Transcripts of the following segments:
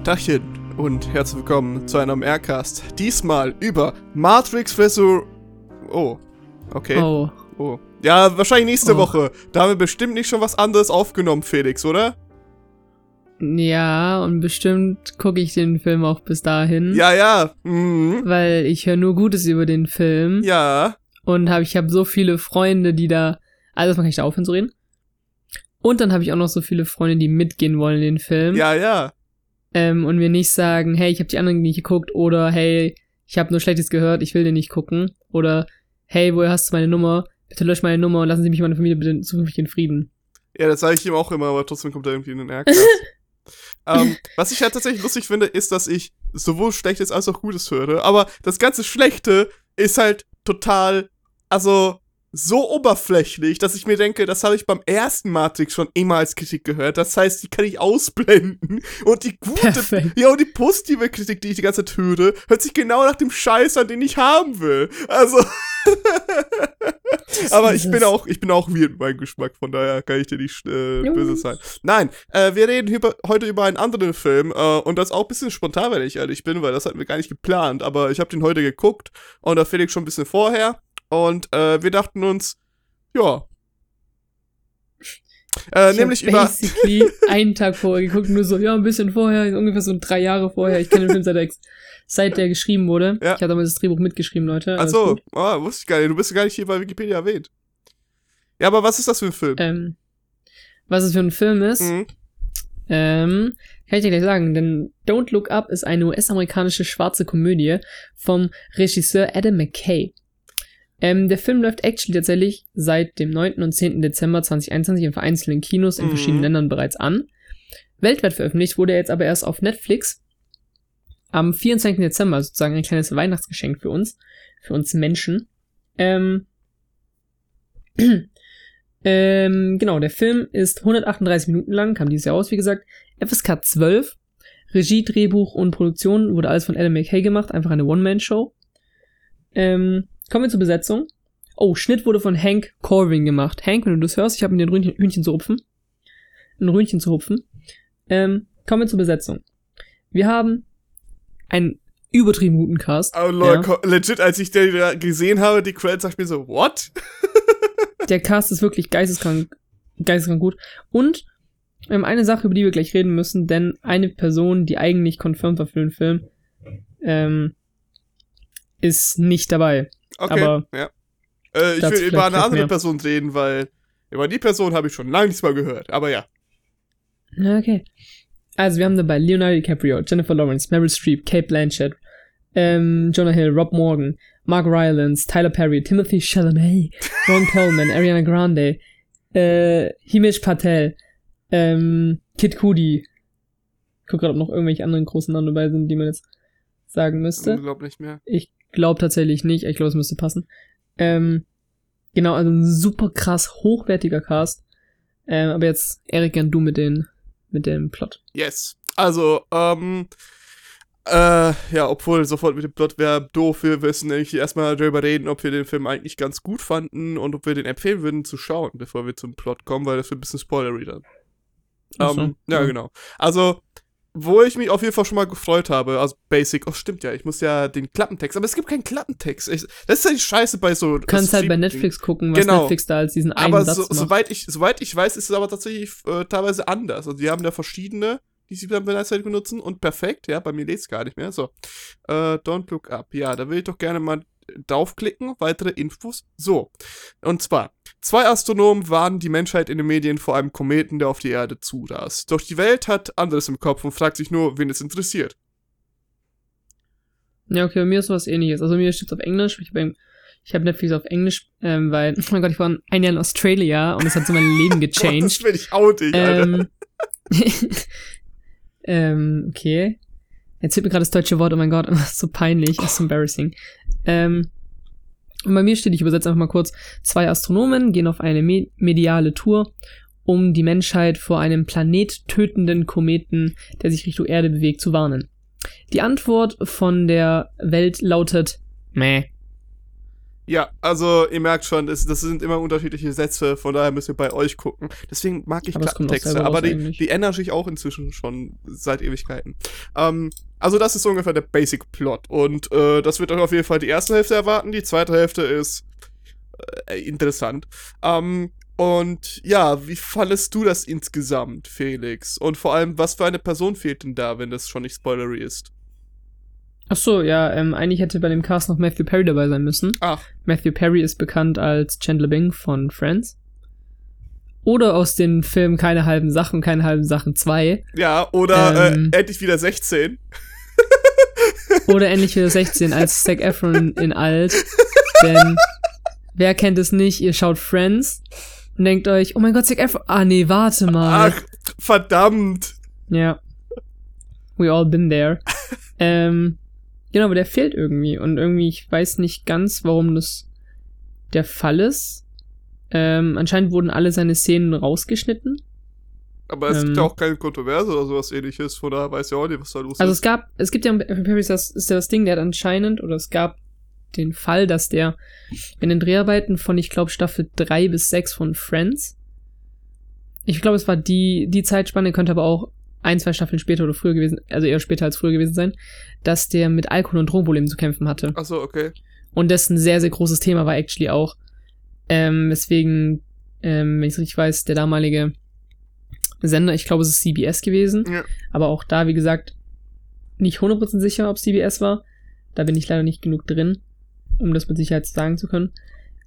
Tachchen und herzlich willkommen zu einem Aircast. Diesmal über Matrix Resur... Oh, okay. Oh. Ja, wahrscheinlich nächste Woche. Da haben wir bestimmt nicht schon was anderes aufgenommen, Felix, oder? Ja, und bestimmt gucke ich den Film auch bis dahin. Ja. Weil ich höre nur Gutes über den Film. Ja. Und ich habe so viele Freunde, die da... Also, kann ich da aufhören zu reden? Und dann habe ich auch noch so viele Freunde, die mitgehen wollen in den Film. Ja. Und mir nicht sagen, hey, ich habe die anderen nicht geguckt. Oder, hey, ich habe nur Schlechtes gehört, ich will den nicht gucken. Oder, hey, woher hast du meine Nummer? Bitte lösch meine Nummer und lassen Sie mich und meine Familie bitte zukünftig in Frieden. Ja, das sage ich ihm auch immer, aber trotzdem kommt er irgendwie in den Aircast. Was ich halt tatsächlich lustig finde, ist, dass ich sowohl Schlechtes als auch Gutes höre. Aber das ganze Schlechte ist halt total, also so oberflächlich, dass ich mir denke, das habe ich beim ersten Matrix schon immer als Kritik gehört. Das heißt, die kann ich ausblenden. Und die gute, ja, und die positive Kritik, die ich die ganze Zeit höre, hört sich genau nach dem Scheiß an, den ich haben will. Also, aber ich bin auch weird mit meinem Geschmack, von daher kann ich dir nicht böse sein. Nein, wir reden heute über einen anderen Film und das auch ein bisschen spontan, wenn ich ehrlich bin, weil das hatten wir gar nicht geplant, aber ich habe den heute geguckt und da Felix schon ein bisschen vorher. Und wir dachten uns, ja. Nämlich über. Basically einen Tag vorher geguckt, nur so, ja, ein bisschen vorher, ungefähr so 3 Jahre vorher. Ich kenne den Film seit der geschrieben wurde. Ja. Ich habe damals das Drehbuch mitgeschrieben, Leute. Achso, wusste ich gar nicht. Du bist gar nicht hier bei Wikipedia erwähnt. Ja, aber was ist das für ein Film? Was es für ein Film ist, kann ich dir gleich sagen, denn Don't Look Up ist eine US-amerikanische schwarze Komödie vom Regisseur Adam McKay. Der Film läuft actually tatsächlich seit dem 9. und 10. Dezember 2021 in vereinzelten Kinos in verschiedenen Ländern bereits an. Weltweit veröffentlicht wurde er jetzt aber erst auf Netflix am 24. Dezember, sozusagen ein kleines Weihnachtsgeschenk für uns Menschen. Genau, der Film ist 138 Minuten lang, kam dieses Jahr aus, wie gesagt, FSK 12. Regie, Drehbuch und Produktion wurde alles von Adam McKay gemacht, einfach eine One-Man-Show. Kommen wir zur Besetzung. Oh, Schnitt wurde von Hank Corvin gemacht. Hank, wenn du das hörst, ich habe mir ein Rühnchen zu hupfen. Kommen wir zur Besetzung. Wir haben einen übertrieben guten Cast. Oh Leute, ja. Legit, als ich den gesehen habe, die Credits, sag ich mir so, what? Der Cast ist wirklich geisteskrank gut. Und wir haben eine Sache, über die wir gleich reden müssen, denn eine Person, die eigentlich confirmed war für den Film, ist nicht dabei. Okay, aber ja. Ich will über eine andere Person reden, weil über die Person habe ich schon lange nichts mehr gehört, aber ja. Okay. Also wir haben dabei Leonardo DiCaprio, Jennifer Lawrence, Meryl Streep, Cate Blanchett, Jonah Hill, Rob Morgan, Mark Rylance, Tyler Perry, Timothée Chalamet, Ron Perlman, Ariana Grande, Himesh Patel, Kid Cudi. Ich guck gerade, ob noch irgendwelche anderen großen Namen dabei sind, die man jetzt sagen müsste. Ich glaube nicht mehr. Ich glaube tatsächlich nicht. Ich glaube, es müsste passen. Genau, also ein super krass hochwertiger Cast. Aber jetzt, Erik, gern du mit dem Plot. Yes. Also, obwohl sofort mit dem Plot wäre doof. Wir müssen nämlich erstmal darüber reden, ob wir den Film eigentlich ganz gut fanden und ob wir den empfehlen würden zu schauen, bevor wir zum Plot kommen, weil das wird ein bisschen spoilery dann. Ja, genau. Also, wo ich mich auf jeden Fall schon mal gefreut habe, also Basic, stimmt ja, ich muss ja den Klappentext, aber es gibt keinen Klappentext. Das ist ja die Scheiße bei so... Du kannst halt bei Netflix gucken, was Netflix da als diesen einen Satz macht. Soweit ich weiß, ist es aber tatsächlich teilweise anders. Also die haben da verschiedene, die sie dann gleichzeitig benutzen und perfekt, ja, bei mir lese es gar nicht mehr. So, Don't Look Up, ja, da will ich doch gerne mal draufklicken, weitere Infos. So, und zwar, 2 Astronomen warnen die Menschheit in den Medien vor einem Kometen, der auf die Erde zurast. Doch die Welt hat anderes im Kopf und fragt sich nur, wen es interessiert. Ja, okay, bei mir ist was Ähnliches. Also mir steht's auf Englisch. Ich habe Netflix auf Englisch, weil, oh mein Gott, ich war ein Jahr in Australia und es hat so mein Leben gechanged. Das will ich outig, Alter. Okay. Jetzt fehlt mir gerade das deutsche Wort, oh mein Gott, das ist so peinlich, das ist so embarrassing. Und bei mir steht, ich übersetze einfach mal kurz, 2 Astronomen gehen auf eine mediale Tour, um die Menschheit vor einem planettötenden Kometen, der sich Richtung Erde bewegt, zu warnen. Die Antwort von der Welt lautet, meh. Ja, also ihr merkt schon, das sind immer unterschiedliche Sätze, von daher müsst ihr bei euch gucken. Deswegen mag ich Klappentexte, aber die ändern sich auch inzwischen schon seit Ewigkeiten. Also das ist so ungefähr der Basic Plot und das wird euch auf jeden Fall die erste Hälfte erwarten, die zweite Hälfte ist interessant. Und ja, wie fandest du das insgesamt, Felix? Und vor allem, was für eine Person fehlt denn da, wenn das schon nicht spoilery ist? Ach so, ja, eigentlich hätte bei dem Cast noch Matthew Perry dabei sein müssen. Ach. Matthew Perry ist bekannt als Chandler Bing von Friends. Oder aus den Filmen Keine halben Sachen 2. Ja, oder endlich wieder 16. Oder endlich wieder 16 als Zac Efron in alt. Denn wer kennt es nicht, ihr schaut Friends und denkt euch, oh mein Gott, Zac Efron. Ah nee, warte mal. Ach, verdammt. Ja. We all been there. Genau, aber der fehlt irgendwie. Und irgendwie, ich weiß nicht ganz, warum das der Fall ist. Anscheinend wurden alle seine Szenen rausgeschnitten. Aber es gibt ja auch keine Kontroverse oder sowas ähnliches, von daher weiß ja auch nicht, was da los ist. Also es gibt ja Matthew Perry, das ist ja das Ding, der hat anscheinend, oder es gab den Fall, dass der in den Dreharbeiten von, ich glaube, Staffel 3 bis 6 von Friends, ich glaube, es war die Zeitspanne, könnte aber auch 1-2 Staffeln später oder früher gewesen, also eher später als früher gewesen sein, dass der mit Alkohol- und Drogenproblemen zu kämpfen hatte. Ach so, okay. Und das ein sehr, sehr großes Thema war actually auch. Weswegen, wenn ich es richtig weiß, der damalige Sender, ich glaube, es ist CBS gewesen, ja. Aber auch da, wie gesagt, nicht 100% sicher, ob CBS war. Da bin ich leider nicht genug drin, um das mit Sicherheit sagen zu können.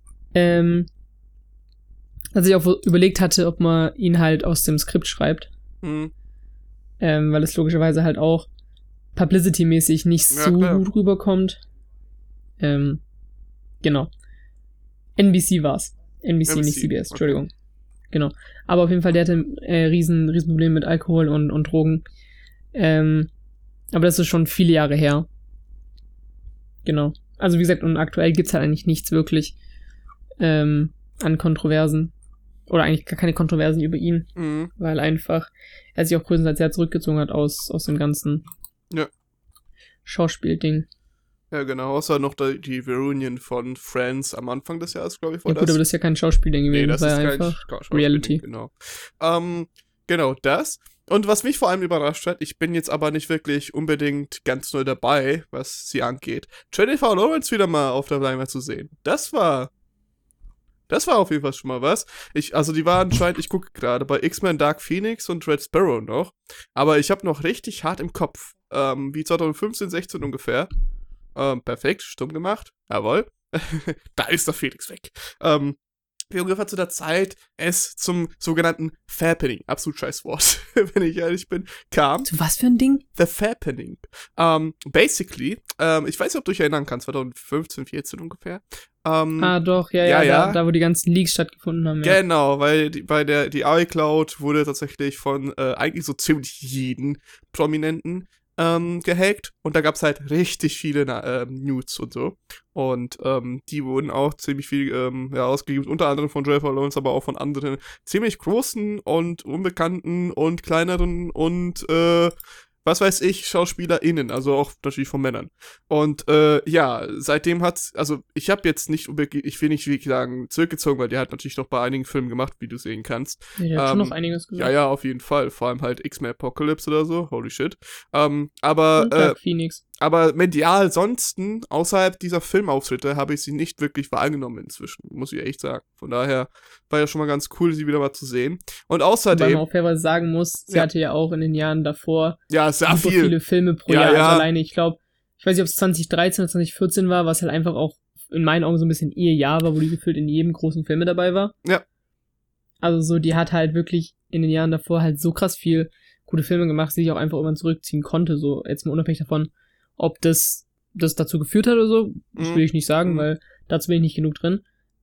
Als ich auch überlegt hatte, ob man ihn halt aus dem Skript schreibt. Mhm. Weil es logischerweise halt auch publicity-mäßig nicht so gut rüberkommt. Genau. NBC war's. NBC, nicht CBS, Entschuldigung. Okay. Genau. Aber auf jeden Fall, der hatte riesen Probleme mit Alkohol und Drogen. Aber das ist schon viele Jahre her. Genau. Also wie gesagt, und aktuell gibt's halt eigentlich nichts wirklich an Kontroversen. Oder eigentlich gar keine Kontroversen über ihn. Mhm. Weil einfach er sich auch größtenteils sehr zurückgezogen hat aus dem ganzen Schauspielding. Ja, genau. Außer noch die Reunion von Friends am Anfang des Jahres, glaube ich, war ja, gut, aber das ist ja kein Schauspielding gewesen. Nee, das war ist ja kein einfach Reality. Genau. Genau, das. Und was mich vor allem überrascht hat, ich bin jetzt aber nicht wirklich unbedingt ganz neu dabei, was sie angeht, Jennifer Lawrence wieder mal auf der Leinwand zu sehen. Das war auf jeden Fall schon mal was. Also die war anscheinend, ich gucke gerade, bei X-Men Dark Phoenix und Red Sparrow noch. Aber ich habe noch richtig hart im Kopf, wie 2015, 16 ungefähr. Perfekt, stumm gemacht. Jawohl. Da ist der Felix weg. Wie ungefähr zu der Zeit es zum sogenannten Fappening, absolut scheiß Wort, wenn ich ehrlich bin, kam. Zu was für ein Ding? The Fappening. Basically, ich weiß nicht, ob du dich erinnern kannst, 2015, 14 ungefähr. Doch, ja. Da wo die ganzen Leaks stattgefunden haben. Ja. Genau, weil die iCloud wurde tatsächlich von eigentlich so ziemlich jeden Prominenten gehackt und da gab es halt richtig viele Nudes und so. Und die wurden auch ziemlich viel ausgegeben, unter anderem von Jennifer Lawrence, aber auch von anderen ziemlich großen und unbekannten und kleineren und was weiß ich, SchauspielerInnen, also auch natürlich von Männern. Und seitdem ich habe jetzt nicht, ich will nicht wirklich sagen, zurückgezogen, weil die hat natürlich noch bei einigen Filmen gemacht, wie du sehen kannst. Ja, die hat schon noch einiges gemacht. Ja, auf jeden Fall. Vor allem halt X-Men Apocalypse oder so, holy shit. Und Dark Phoenix. Aber medial ansonsten, außerhalb dieser Filmauftritte, habe ich sie nicht wirklich wahrgenommen inzwischen, muss ich echt sagen. Von daher war ja schon mal ganz cool, sie wieder mal zu sehen. Und außerdem... Weil man auch fairerweise sagen muss, sie hatte ja auch in den Jahren davor sehr super viele Filme pro Jahr. Also alleine, ich weiß nicht, ob es 2013 oder 2014 war, was halt einfach auch in meinen Augen so ein bisschen ihr Jahr war, wo die gefühlt in jedem großen Film mit dabei war. Ja. Also so, die hat halt wirklich in den Jahren davor halt so krass viel gute Filme gemacht, die sich auch einfach irgendwann zurückziehen konnte, so jetzt mal unabhängig davon, ob das dazu geführt hat oder so, das will ich nicht sagen, weil dazu bin ich nicht genug drin.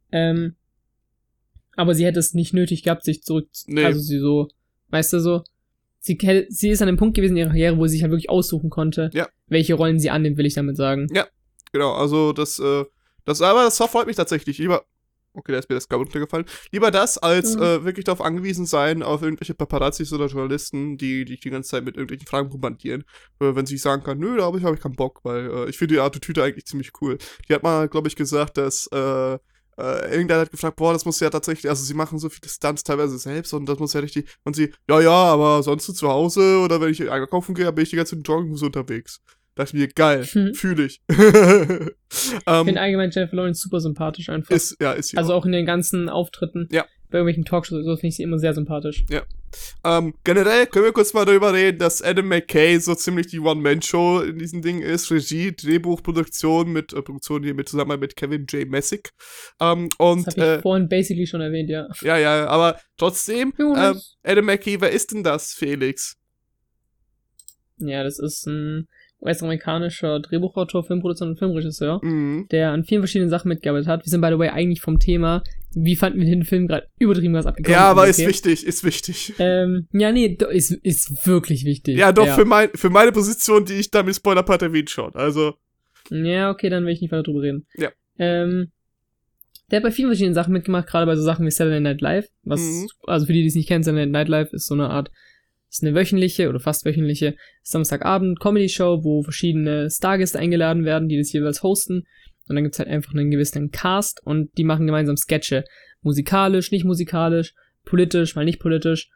Aber sie hätte es nicht nötig gehabt, sich also sie so, weißt du so, sie ist an dem Punkt gewesen in ihrer Karriere, wo sie sich halt wirklich aussuchen konnte, welche Rollen sie annimmt, will ich damit sagen. Ja, genau, also das freut mich tatsächlich. Okay, da ist mir das Kabel runtergefallen. Lieber das, als wirklich darauf angewiesen sein, auf irgendwelche Paparazzis oder Journalisten, die dich die ganze Zeit mit irgendwelchen Fragen bombardieren. Wenn sie sagen kann, nö, da habe ich keinen Bock, weil ich finde die Attitüde eigentlich ziemlich cool. Die hat mal, glaube ich, gesagt, dass irgendeiner hat gefragt, boah, das muss ja tatsächlich, also sie machen so viele Stunts teilweise selbst und das muss ja richtig, und sie, ja, aber sonst zu Hause oder wenn ich einkaufen gehe, bin ich die ganze Zeit in Jogginghose unterwegs. Dachte ich mir, geil, fühle ich. Ich finde allgemein Jennifer Lawrence super sympathisch einfach. Ist sie also auch in den ganzen Auftritten. Ja. Bei irgendwelchen Talkshows, so finde ich sie immer sehr sympathisch. Ja. Generell können wir kurz mal darüber reden, dass Adam McKay so ziemlich die One-Man-Show in diesem Ding ist. Regie, Drehbuch, Produktion Produktion hier zusammen mit Kevin J. Messick. Und, das habe ich vorhin basically schon erwähnt, ja. Ja, aber trotzdem, Adam McKay, wer ist denn das, Felix? Ja, das ist ein US-amerikanischer Drehbuchautor, Filmproduzent und Filmregisseur, der an vielen verschiedenen Sachen mitgearbeitet hat. Wir sind, by the way, eigentlich vom Thema, wie fanden wir den Film gerade übertrieben was abgekommen. Ja, aber okay. ist wichtig. Ja, nee, ist wirklich wichtig. Ja, doch, ja. Für meine Position, die ich da mit Spoiler-Part erwähnt schon, also. Ja, okay, dann will ich nicht weiter drüber reden. Ja. Der hat bei vielen verschiedenen Sachen mitgemacht, gerade bei so Sachen wie Saturday Night Live, also für die es nicht kennen, Saturday Night Live ist so eine Art, ist eine wöchentliche oder fast wöchentliche Samstagabend Comedy-Show, wo verschiedene Stargäste eingeladen werden, die das jeweils hosten. Und dann gibt's halt einfach einen gewissen Cast und die machen gemeinsam Sketche. Musikalisch, nicht musikalisch, politisch, mal nicht politisch.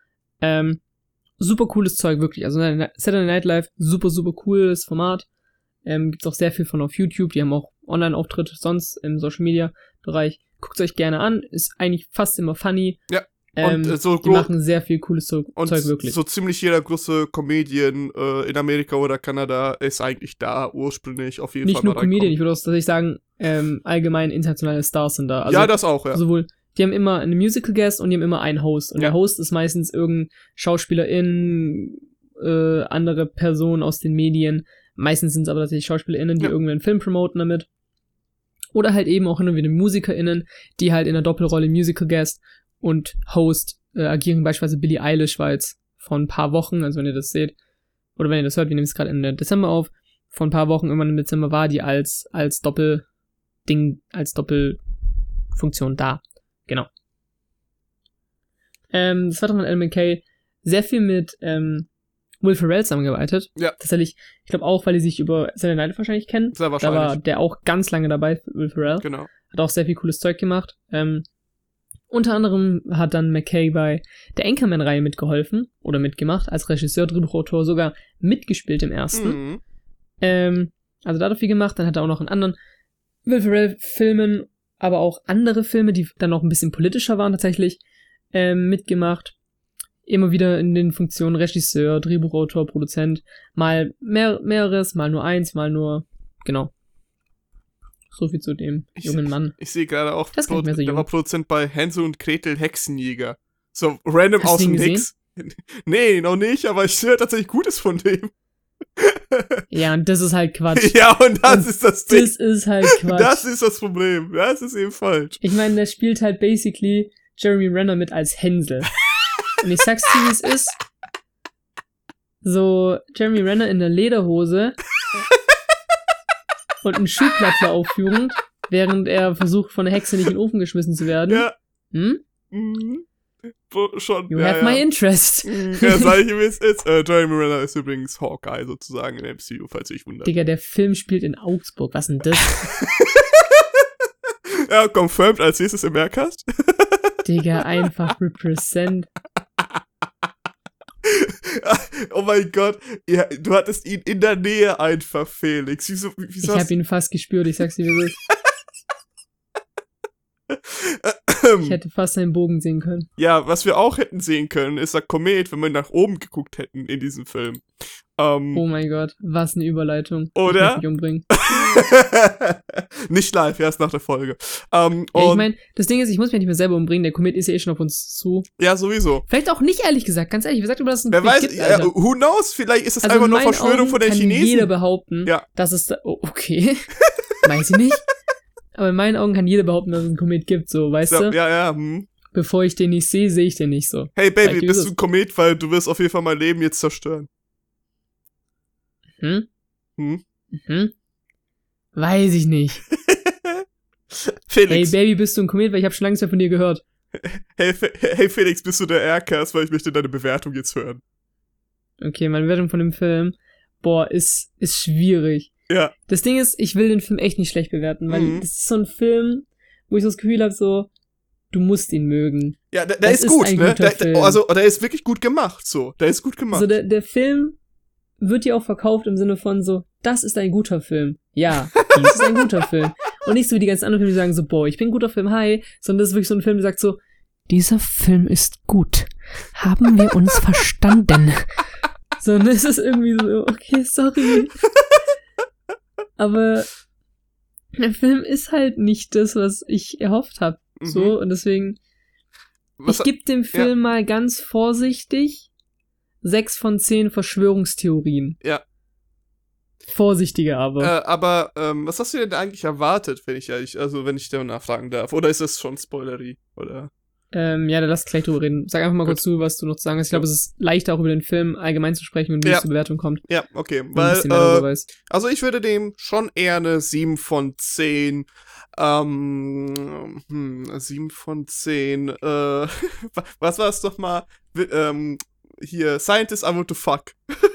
Super cooles Zeug, wirklich. Also Saturday Night Live, super, super cooles Format. Gibt's auch sehr viel von auf YouTube. Die haben auch Online-Auftritte sonst im Social-Media-Bereich. Guckt's euch gerne an. Ist eigentlich fast immer funny. Ja. Und die machen sehr viel cooles Zeug wirklich. So ziemlich jeder große Comedian in Amerika oder Kanada ist eigentlich da ursprünglich auf jeden nicht Fall mal Nicht nur Comedian, ich würde auch tatsächlich sagen, allgemein internationale Stars sind da. Also ja, das auch, ja. Sowohl, die haben immer einen Musical-Guest und die haben immer einen Host. Und der Host ist meistens irgendein SchauspielerInnen, andere Personen aus den Medien. Meistens sind es aber tatsächlich SchauspielerInnen, die irgendeinen Film promoten damit. Oder halt eben auch hin und wieder MusikerInnen, die halt in der Doppelrolle Musical-Guest und Host agieren. Beispielsweise Billie Eilish war jetzt vor ein paar Wochen, also wenn ihr das seht, oder wenn ihr das hört, wir nehmen es gerade Ende Dezember auf, vor ein paar Wochen, irgendwann im Dezember, war die als Doppelding, als Doppelfunktion da. Genau. Das war dann Adam McKay sehr viel mit Will Ferrell zusammengearbeitet. Ja. Tatsächlich, ich glaube auch, weil die sich über Saturday Night wahrscheinlich kennen. Sehr wahrscheinlich. Da war der auch ganz lange dabei, Will Ferrell. Genau. Hat auch sehr viel cooles Zeug gemacht. Unter anderem hat dann McKay bei der Anchorman-Reihe mitgeholfen oder mitgemacht, als Regisseur, Drehbuchautor, sogar mitgespielt im ersten. Also da hat er viel gemacht, dann hat er auch noch in anderen Will Ferrell-Filmen, aber auch andere Filme, die dann noch ein bisschen politischer waren tatsächlich, mitgemacht. Immer wieder in den Funktionen Regisseur, Drehbuchautor, Produzent, mal mehreres, mal nur eins, mal nur, genau. So viel zu dem jungen Mann. Ich sehe gerade auch, der war Produzent bei Hänsel und Gretel Hexenjäger. So random Hast aus dem Nix. Nee, noch nicht, aber ich höre tatsächlich Gutes von dem. Ja, und das ist halt Quatsch. Ja, und das ist das Ding. Das ist halt Quatsch. Das ist das Problem. Das ist eben falsch. Ich meine, der spielt halt basically Jeremy Renner mit als Hänsel. Und ich sag's dir, wie es ist. So, Jeremy Renner in der Lederhose und ein Schuhplattler aufführend, während er versucht, von der Hexe nicht in den Ofen geschmissen zu werden. Ja. Hm? Schon. You have my interest. Ja, sag ich ihm, wie es ist. Jeremy Renner ist übrigens Hawkeye sozusagen in MCU, falls ihr euch wundert. Digga, der Film spielt in Augsburg. Was denn das? Ja, confirmed als nächstes im Aircast. Digga, einfach represent. Oh mein Gott, ja, du hattest ihn in der Nähe einfach, Felix. Wieso ich hab ihn fast gespürt, ich sag's dir, wie es ist. Ich hätte fast seinen Bogen sehen können. Ja, was wir auch hätten sehen können, ist der Komet, wenn wir nach oben geguckt hätten in diesem Film. Oh mein Gott, was eine Überleitung. Oder? Ich muss mich umbringen. Nicht live, erst nach der Folge. Ja, ich meine, das Ding ist, ich muss mich nicht mehr selber umbringen, der Komet ist ja eh schon auf uns zu. Ja, sowieso. Vielleicht auch nicht, ehrlich gesagt, ganz ehrlich, wer sagt, dass es wer weiß, gibt, who knows, vielleicht ist es also einfach nur Verschwörung von den Chinesen. Kann jeder behaupten, dass es da, okay, weiß ich nicht. Aber in meinen Augen kann jeder behaupten, dass es einen Komet gibt, so, weißt du? Ja. Bevor ich den nicht sehe, sehe ich den nicht so. Hey Baby, bist du ein Komet, weil du wirst auf jeden Fall mein Leben jetzt zerstören. Weiß ich nicht. Felix. Hey Baby, bist du ein Komet? Weil ich habe schon lange nichts mehr von dir gehört. Hey Felix, bist du der Aircast? Weil ich möchte deine Bewertung jetzt hören. Okay, meine Bewertung von dem Film, ist schwierig. Ja. Das Ding ist, ich will den Film echt nicht schlecht bewerten, weil das ist so ein Film, wo ich so das Gefühl habe, so, du musst ihn mögen. Ja, der ist gut, ne? Der ist wirklich gut gemacht, so. Der ist gut gemacht. Also der Film wird dir auch verkauft im Sinne von so, das ist ein guter Film. Ja, dies ist ein guter Film. Und nicht so wie die ganzen anderen Filme, die sagen so, boah, ich bin ein guter Film, hi. Sondern das ist wirklich so ein Film, der sagt so, dieser Film ist gut. Haben wir uns verstanden? Sondern es ist irgendwie so, okay, sorry. Aber der Film ist halt nicht das, was ich erhofft habe. So, und deswegen, ich gebe dem Film mal ganz vorsichtig 6 von 10 Verschwörungstheorien. Ja. Vorsichtige aber. Was hast du denn eigentlich erwartet, wenn ich da nachfragen darf? Oder ist das schon Spoilery? Oder? Ja, dann lass gleich drüber reden. Sag einfach mal kurz zu, was du noch zu sagen hast. Ich glaube, es ist leichter, auch über den Film allgemein zu sprechen, wenn die zur Bewertung kommt. Ja, okay. Weil, also ich würde dem schon eher eine 7 von 10 7 von 10 was war es doch mal? Hier, Scientist I want to fuck.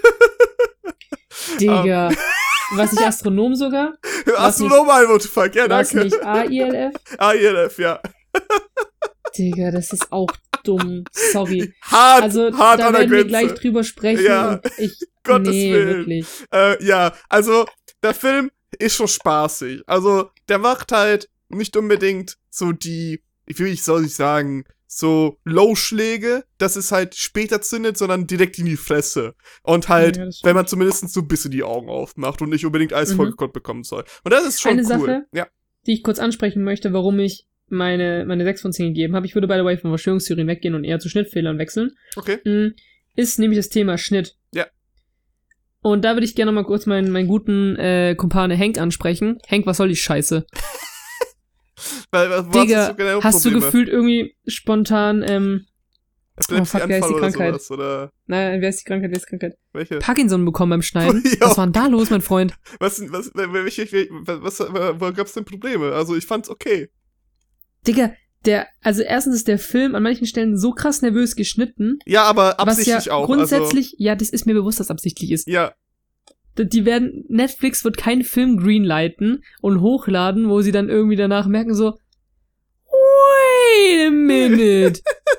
Digga. Was nicht Astronom sogar? Astronom I want to fuck, ja, danke. Was nicht AILF? AILF, ja. Digga, das ist auch dumm. Sorry. Hart da werden wir gleich drüber sprechen. Ja, Gottes Willen. Wirklich. Ja, also der Film ist schon spaßig. Also der macht halt nicht unbedingt so wie soll ich sagen, so Low-Schläge, dass es halt später zündet, sondern direkt in die Fresse. Und halt, wenn man zumindest so ein bisschen die Augen aufmacht und nicht unbedingt alles vollgekonnt bekommen soll. Und das ist schon eine cool. Sache, ja, die ich kurz ansprechen möchte, warum ich meine 6 von 10 gegeben habe. Ich würde, by the way, von Verschwörungstheorien weggehen und eher zu Schnittfehlern wechseln. Okay. Ist nämlich das Thema Schnitt. Ja. Und da würde ich gerne noch mal kurz meinen guten Kumpane Hank ansprechen. Hank, was soll die Scheiße? Digga, hast du gefühlt irgendwie spontan, wer ist die Krankheit? Oder? Nein, wer ist die Krankheit? Welche? Parkinson bekommen beim Schneiden. Was war denn da los, mein Freund? Wo gab's denn Probleme? Also ich fand's okay. Digga, also erstens ist der Film an manchen Stellen so krass nervös geschnitten. Ja, aber absichtlich was ja auch. Grundsätzlich, ja, das ist mir bewusst, dass absichtlich ist. Ja. Netflix wird keinen Film greenlighten und hochladen, wo sie dann irgendwie danach merken so, wait a minute.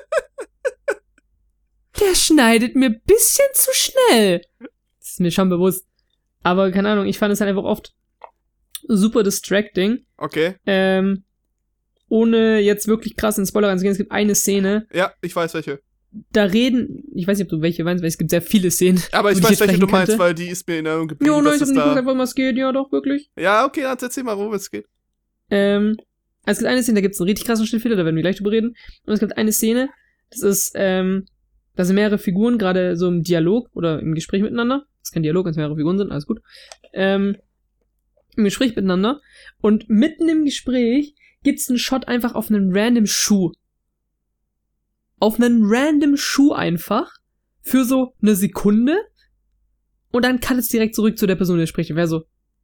Der schneidet mir ein bisschen zu schnell. Das ist mir schon bewusst. Aber keine Ahnung, ich fand es halt einfach oft super distracting. Okay. Ohne jetzt wirklich krass in Spoiler reinzugehen, es gibt eine Szene. Ja, ich weiß welche. Da reden, ich weiß nicht, ob du welche meinst, weil es gibt sehr viele Szenen. Aber ich weiß, welche du meinst, weil die ist mir in Erinnerung geblieben. Ja, nein, ich hab nicht gesagt, worum es geht, ja doch, wirklich. Ja, okay, dann erzähl mal, worum es geht. Also es gibt eine Szene, da gibt es einen richtig krassen Schnittfehler, da werden wir gleich drüber reden. Und es gibt eine Szene, das ist, da sind mehrere Figuren, gerade so im Dialog oder im Gespräch miteinander. Das ist kein Dialog, wenn es mehrere Figuren sind, alles gut. Im Gespräch miteinander. Und mitten im Gespräch gibt's einen Shot einfach auf einen random Schuh. Auf einen random Schuh einfach. Für so eine Sekunde. Und dann kann es direkt zurück zu der Person, die spricht. Und wäre so,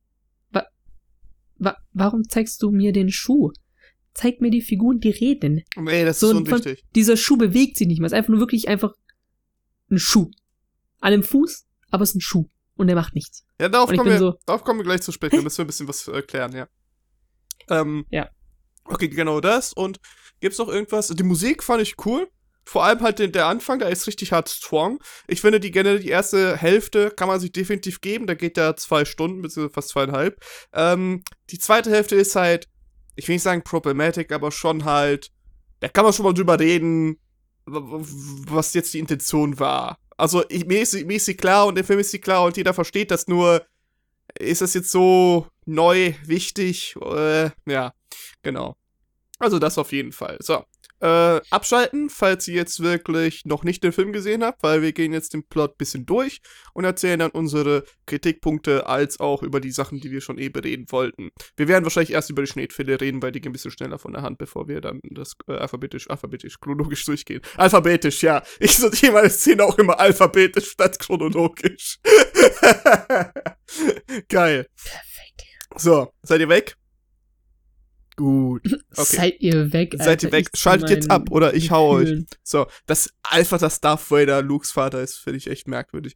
warum zeigst du mir den Schuh? Zeig mir die Figuren, die reden. Nee, das ist unwichtig. Dieser Schuh bewegt sich nicht mehr. Es ist einfach nur wirklich einfach ein Schuh. An dem Fuß, aber es ist ein Schuh. Und der macht nichts. Ja, darauf kommen wir gleich zu sprechen. Da müssen wir ein bisschen was erklären, ja. Ja. Okay, genau das. Und gibt's noch irgendwas? Die Musik fand ich cool. Vor allem halt der Anfang, da ist richtig hart strong. Ich finde, die erste Hälfte kann man sich definitiv geben. Da geht ja 2 Stunden, beziehungsweise fast 2,5. Die zweite Hälfte ist halt, ich will nicht sagen problematic, aber schon halt, da kann man schon mal drüber reden, was jetzt die Intention war. Also, mir ist sie klar und dem Film ist sie klar und jeder versteht das, nur ist das jetzt so neu, wichtig? Ja, genau. Also das auf jeden Fall. So, abschalten, falls ihr jetzt wirklich noch nicht den Film gesehen habt, weil wir gehen jetzt den Plot ein bisschen durch und erzählen dann unsere Kritikpunkte als auch über die Sachen, die wir schon bereden wollten. Wir werden wahrscheinlich erst über die Schnittfehler reden, weil die gehen ein bisschen schneller von der Hand, bevor wir dann das chronologisch durchgehen. Alphabetisch, ja. Ich sortiere meine Szene auch immer alphabetisch statt chronologisch. Geil. Perfekt. So, seid ihr weg? Gut. Okay. Seid ihr weg, Alter. Seid ihr weg. Schaltet jetzt ab oder ich hau euch. So, dass Darth Vader Lukes Vater ist, finde ich echt merkwürdig.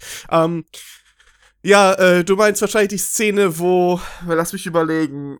Ja, du meinst wahrscheinlich die Szene, wo, lass mich überlegen,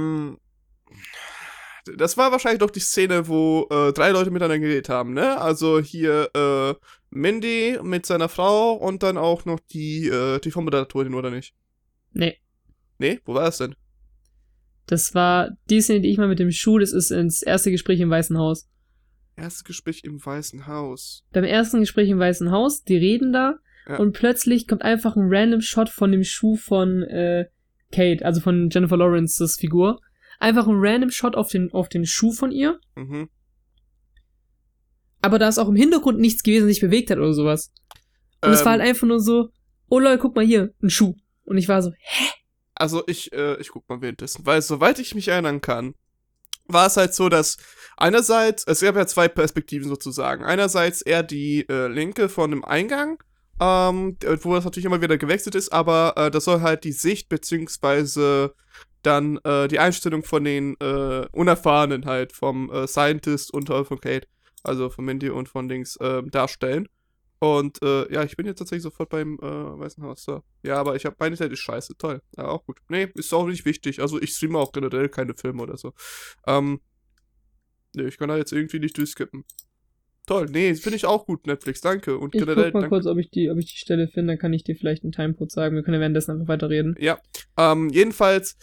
das war wahrscheinlich doch die Szene, wo 3 Leute miteinander geredet haben, ne? Also hier Mindy mit seiner Frau und dann auch noch die TV-Moderatorin, oder nicht? Nee. Nee? Wo war das denn? Das war die Szene, die ich mal mit dem Schuh, das ist ins erste Gespräch im Weißen Haus. Erstes Gespräch im Weißen Haus. Beim ersten Gespräch im Weißen Haus, die reden da und plötzlich kommt einfach ein random Shot von dem Schuh von Kate, also von Jennifer Lawrences Figur. Einfach ein random Shot auf den Schuh von ihr. Mhm. Aber da ist auch im Hintergrund nichts gewesen, das sich bewegt hat oder sowas. Und es war halt einfach nur so, oh Leute, guck mal hier, ein Schuh. Und ich war so, hä? Also ich guck mal währenddessen, weil soweit ich mich erinnern kann, war es halt so, dass einerseits, es gab ja 2 Perspektiven sozusagen. Einerseits eher die linke von dem Eingang, wo das natürlich immer wieder gewechselt ist, aber das soll halt die Sicht beziehungsweise dann die Einstellung von den Unerfahrenen halt, vom Scientist und von Kate, also von Mindy und von Dings, darstellen. Und ja, ich bin jetzt tatsächlich sofort beim Weißen Haus. So. Ja, aber meine Zeit ist scheiße. Toll. Ja, auch gut. Nee, ist auch nicht wichtig. Also ich streame auch generell keine Filme oder so. Nee, ich kann da jetzt irgendwie nicht durchskippen. Toll, nee, finde ich auch gut, Netflix, danke. Und ich generell, guck mal kurz, ob ich die Stelle finde, dann kann ich dir vielleicht einen Timecode sagen. Wir können ja währenddessen einfach weiterreden. Ja, jedenfalls,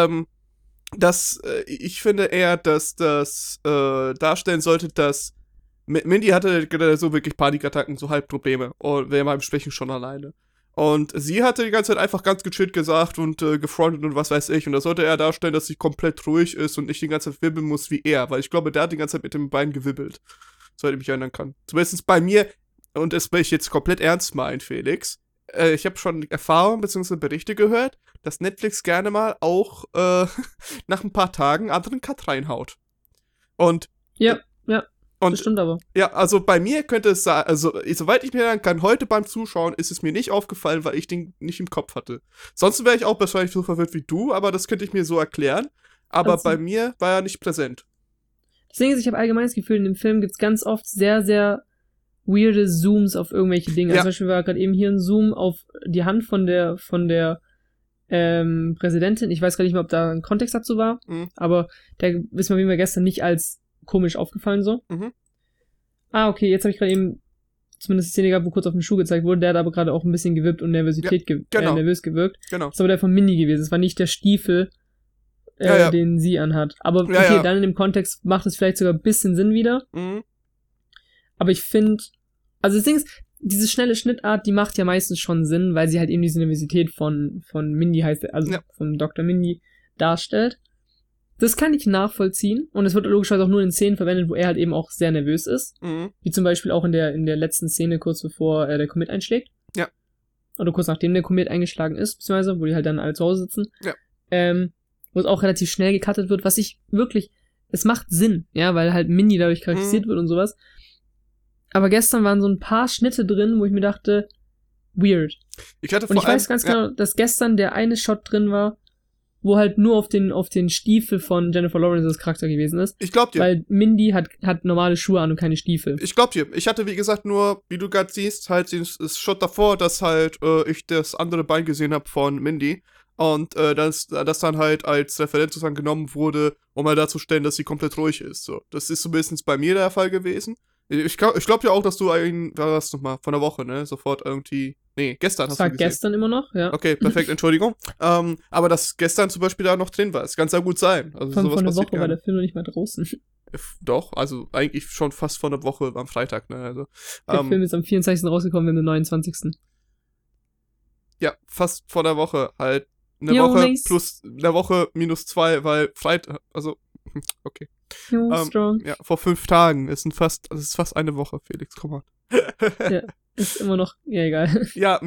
ich finde eher, dass das darstellen sollte, dass Mindy hatte generell so wirklich Panikattacken, so Halbprobleme. Und wäre beim Sprechen schon alleine. Und sie hatte die ganze Zeit einfach ganz gechillt gesagt und gefrontet und was weiß ich. Und da sollte er darstellen, dass sie komplett ruhig ist und nicht die ganze Zeit wibbeln muss wie er. Weil ich glaube, der hat die ganze Zeit mit dem Bein gewibbelt. Soweit ich mich erinnern kann. Zumindest bei mir, und das will ich jetzt komplett ernst meinen, Felix. Ich habe schon Erfahrungen bzw. Berichte gehört, dass Netflix gerne mal auch nach ein paar Tagen einen anderen Cut reinhaut. Und ja. Und, das stimmt aber. Ja, also bei mir könnte es sein, also soweit ich mir erinnern kann, heute beim Zuschauen ist es mir nicht aufgefallen, weil ich den nicht im Kopf hatte. Sonst wäre ich auch wahrscheinlich so verwirrt wie du, aber das könnte ich mir so erklären. Aber also, bei mir war er nicht präsent. Deswegen ist, ich habe allgemein das Gefühl, in dem Film gibt es ganz oft sehr, sehr weirde Zooms auf irgendwelche Dinge. Ja. Also zum Beispiel war gerade eben hier ein Zoom auf die Hand von der Präsidentin. Ich weiß gar nicht mehr, ob da ein Kontext dazu war, aber der ist mir auf jeden Fall gestern nicht als komisch aufgefallen so. Mhm. Ah, okay, jetzt habe ich gerade eben zumindest die Szene gehabt, wo kurz auf den Schuh gezeigt wurde. Der hat aber gerade auch ein bisschen gewippt und nervös gewirkt. Genau. Das ist aber der von Mindy gewesen. Es war nicht der Stiefel, den sie anhat. Aber okay, dann in dem Kontext macht es vielleicht sogar ein bisschen Sinn wieder. Mhm. Aber ich finde, also das Ding ist, diese schnelle Schnittart, die macht ja meistens schon Sinn, weil sie halt eben diese Nervosität von Mindy heißt, also vom Dr. Mindy darstellt. Das kann ich nachvollziehen und es wird logischerweise auch nur in Szenen verwendet, wo er halt eben auch sehr nervös ist. Mhm. Wie zum Beispiel auch in der letzten Szene, kurz bevor der Komet einschlägt. Ja. Oder kurz nachdem der Komet eingeschlagen ist, beziehungsweise, wo die halt dann alle zu Hause sitzen. Ja. Wo es auch relativ schnell gecuttet wird, was ich wirklich, es macht Sinn, ja, weil halt Mindy dadurch charakterisiert wird und sowas. Aber gestern waren so ein paar Schnitte drin, wo ich mir dachte, weird. Ich weiß ganz genau, dass gestern der eine Shot drin war, wo halt nur auf den Stiefel von Jennifer Lawrence's Charakter gewesen ist. Ich glaub dir. Weil Mindy hat normale Schuhe an und keine Stiefel. Ich glaub dir. Ich hatte, wie gesagt, nur, wie du gerade siehst, halt das Shot davor, dass halt ich das andere Bein gesehen habe von Mindy. Und das dann halt als Referenz sozusagen genommen wurde, um halt darzustellen, dass sie komplett ruhig ist. So. Das ist zumindest bei mir der Fall gewesen. Ich glaub ja auch, dass du war das nochmal, von der Woche, ne? Sofort irgendwie. Nee, gestern hast du gesehen. Gestern immer noch, ja. Okay, perfekt, Entschuldigung. Aber dass gestern zum Beispiel da noch drin war, das kann sehr gut sein. Also von der Woche war der Film noch nicht mal draußen. Doch, also eigentlich schon fast vor einer Woche am Freitag, ne? Also, der Film ist am 24. rausgekommen, wir haben den 29. Ja, fast vor der Woche halt. Eine Woche plus eine Woche minus 2, weil Freitag, also, okay. Strong. Ja, vor 5 Tagen. Das ist fast eine Woche, Felix, komm mal. Ja, ist immer noch, ja, egal. Ja,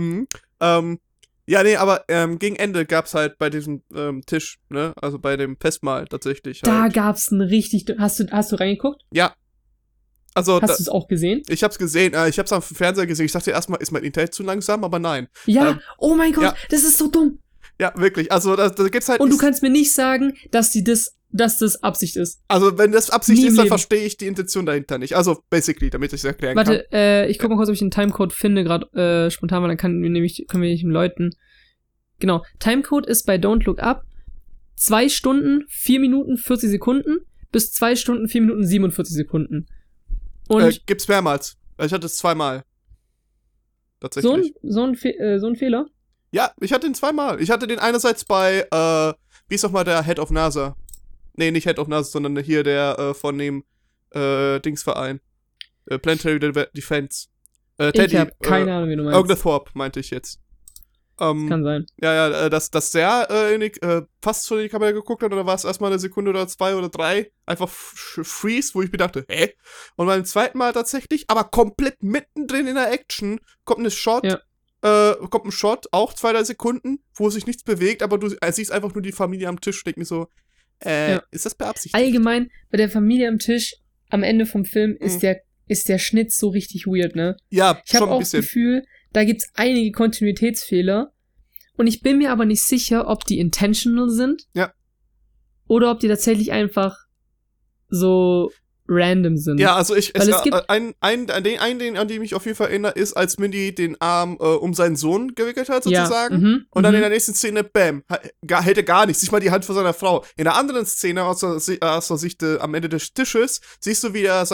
aber gegen Ende gab's halt bei diesem Tisch, ne, also bei dem Festmahl tatsächlich halt. Da gab's ein richtig, hast du reingeguckt? Ja. Also, hast du es auch gesehen? Ich hab's gesehen, ich hab's am Fernseher gesehen. Ich dachte erstmal, ist mein Internet zu langsam, aber nein. Ja, oh mein Gott, ja. Das ist so dumm. Ja, wirklich, also da gibt's halt. Und du kannst mir nicht sagen, dass die das dass das Absicht ist. Also, wenn das Absicht Nie im ist, dann Leben. verstehe ich die Intention dahinter nicht. Also, basically, damit ich es erklären kann. Warte, ich guck mal kurz, ob ich einen Timecode finde, gerade spontan, weil dann können wir nämlich den Leuten. Genau, Timecode ist bei Don't Look Up 2 Stunden, 4 Minuten, 40 Sekunden bis 2 Stunden, 4 Minuten, 47 Sekunden. Und Gibt's mehrmals. Ich hatte es zweimal. Tatsächlich. so ein Fehler? Ja, ich hatte ihn zweimal. Ich hatte den einerseits bei, wie ist nochmal der Head of NASA? Nee, nicht Head of NASA, sondern hier der von dem Dingsverein. Planetary Defense. Teddy. Ich habe keine Ahnung, wie du meinst. Oglethorpe meinte ich jetzt. Kann sein. Ja, dass der fast schon in die Kamera geguckt hat, oder war es erstmal eine Sekunde oder 2 oder 3? Einfach freeze, wo ich mir dachte, hä? Und beim zweiten Mal tatsächlich, aber komplett mittendrin in der Action, kommt ein Shot, auch 2, 3 Sekunden, wo sich nichts bewegt, aber du siehst einfach nur die Familie am Tisch, denk mir so, ist das beabsichtigt? Allgemein, bei der Familie am Tisch, am Ende vom Film, ist der Schnitt so richtig weird, ne? Ja, ich habe auch das Gefühl, da gibt's einige Kontinuitätsfehler und ich bin mir aber nicht sicher, ob die intentional sind. Ja. Oder ob die tatsächlich einfach so random sind. Ja, also Weil an den ich mich auf jeden Fall erinnere, ist, als Mindy den Arm um seinen Sohn gewickelt hat, sozusagen. Und dann in der nächsten Szene, bam, hält er gar nichts, nicht mal die Hand von seiner Frau. In der anderen Szene, aus der Sicht am Ende des Tisches, siehst du, wie er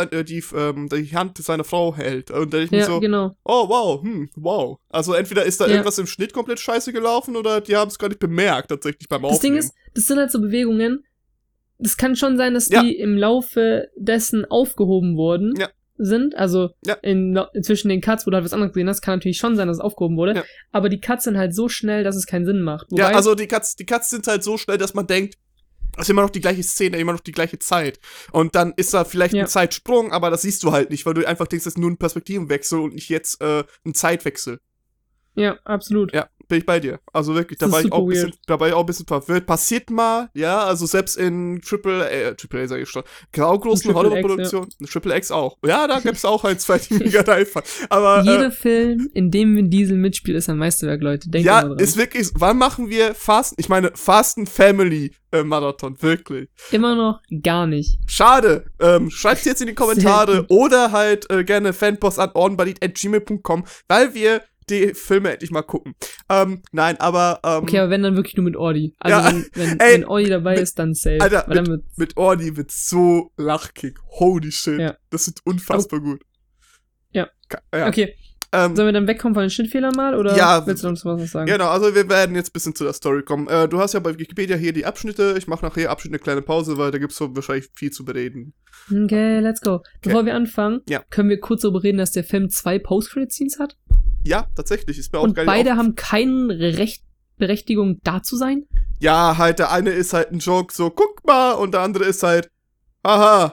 die Hand seiner Frau hält. Und dann denke ich so, genau. Oh, wow. Also entweder ist da irgendwas im Schnitt komplett scheiße gelaufen, oder die haben es gar nicht bemerkt, tatsächlich beim Aufnehmen. Das Ding ist, das sind halt so Bewegungen, das kann schon sein, dass die im Laufe dessen aufgehoben worden sind. Also zwischen den Cuts, wo du halt was anderes gesehen hast, kann natürlich schon sein, dass es aufgehoben wurde. Ja. Aber die Cuts sind halt so schnell, dass es keinen Sinn macht. Wobei, ja, also die Cuts sind halt so schnell, dass man denkt, das ist immer noch die gleiche Szene, immer noch die gleiche Zeit. Und dann ist da vielleicht ein Zeitsprung, aber das siehst du halt nicht, weil du einfach denkst, das ist nur ein Perspektivenwechsel und nicht jetzt ein Zeitwechsel. Ja, absolut. Ja, bin ich bei dir. Also wirklich, da war ich auch ein bisschen verwirrt. Passiert mal, ja, also selbst in Triple A sag ich schon, graugroßen Hollywood-Produktionen, Triple X auch. Ja, da gibt's auch ein zweitiger Teilfall. Aber jeder Film, in dem Vin Diesel mitspielt, ist ein Meisterwerk, Leute. Denkt immer dran. Ist wirklich, wann machen wir Fast and Family Marathon, wirklich. Immer noch gar nicht. Schade. Schreibt's jetzt in die Kommentare oder halt gerne fanpost an ordenbandit@gmail.com, weil wir die Filme endlich mal gucken. Nein, aber okay, aber wenn, dann wirklich nur mit Ordi. Also wenn Ordi dabei ist, dann safe. Alter, mit Ordi wird's so lachkick. Holy shit. Ja. Das ist unfassbar gut. Ja. Okay. Sollen wir dann wegkommen von den Schnittfehlern mal, oder willst du uns was sagen? Genau, also wir werden jetzt ein bisschen zu der Story kommen. Du hast ja bei Wikipedia hier die Abschnitte. Ich mache nachher Abschnitt eine kleine Pause, weil da gibt's so wahrscheinlich viel zu bereden. Okay, let's go. Bevor wir anfangen, können wir kurz darüber reden, dass der Film 2 Post-Credit-Scenes hat? Ja, tatsächlich. Ist mir auch und geil. Beide haben keine Berechtigung, da zu sein? Ja, halt, der eine ist halt ein Joke, so, guck mal, und der andere ist halt, haha.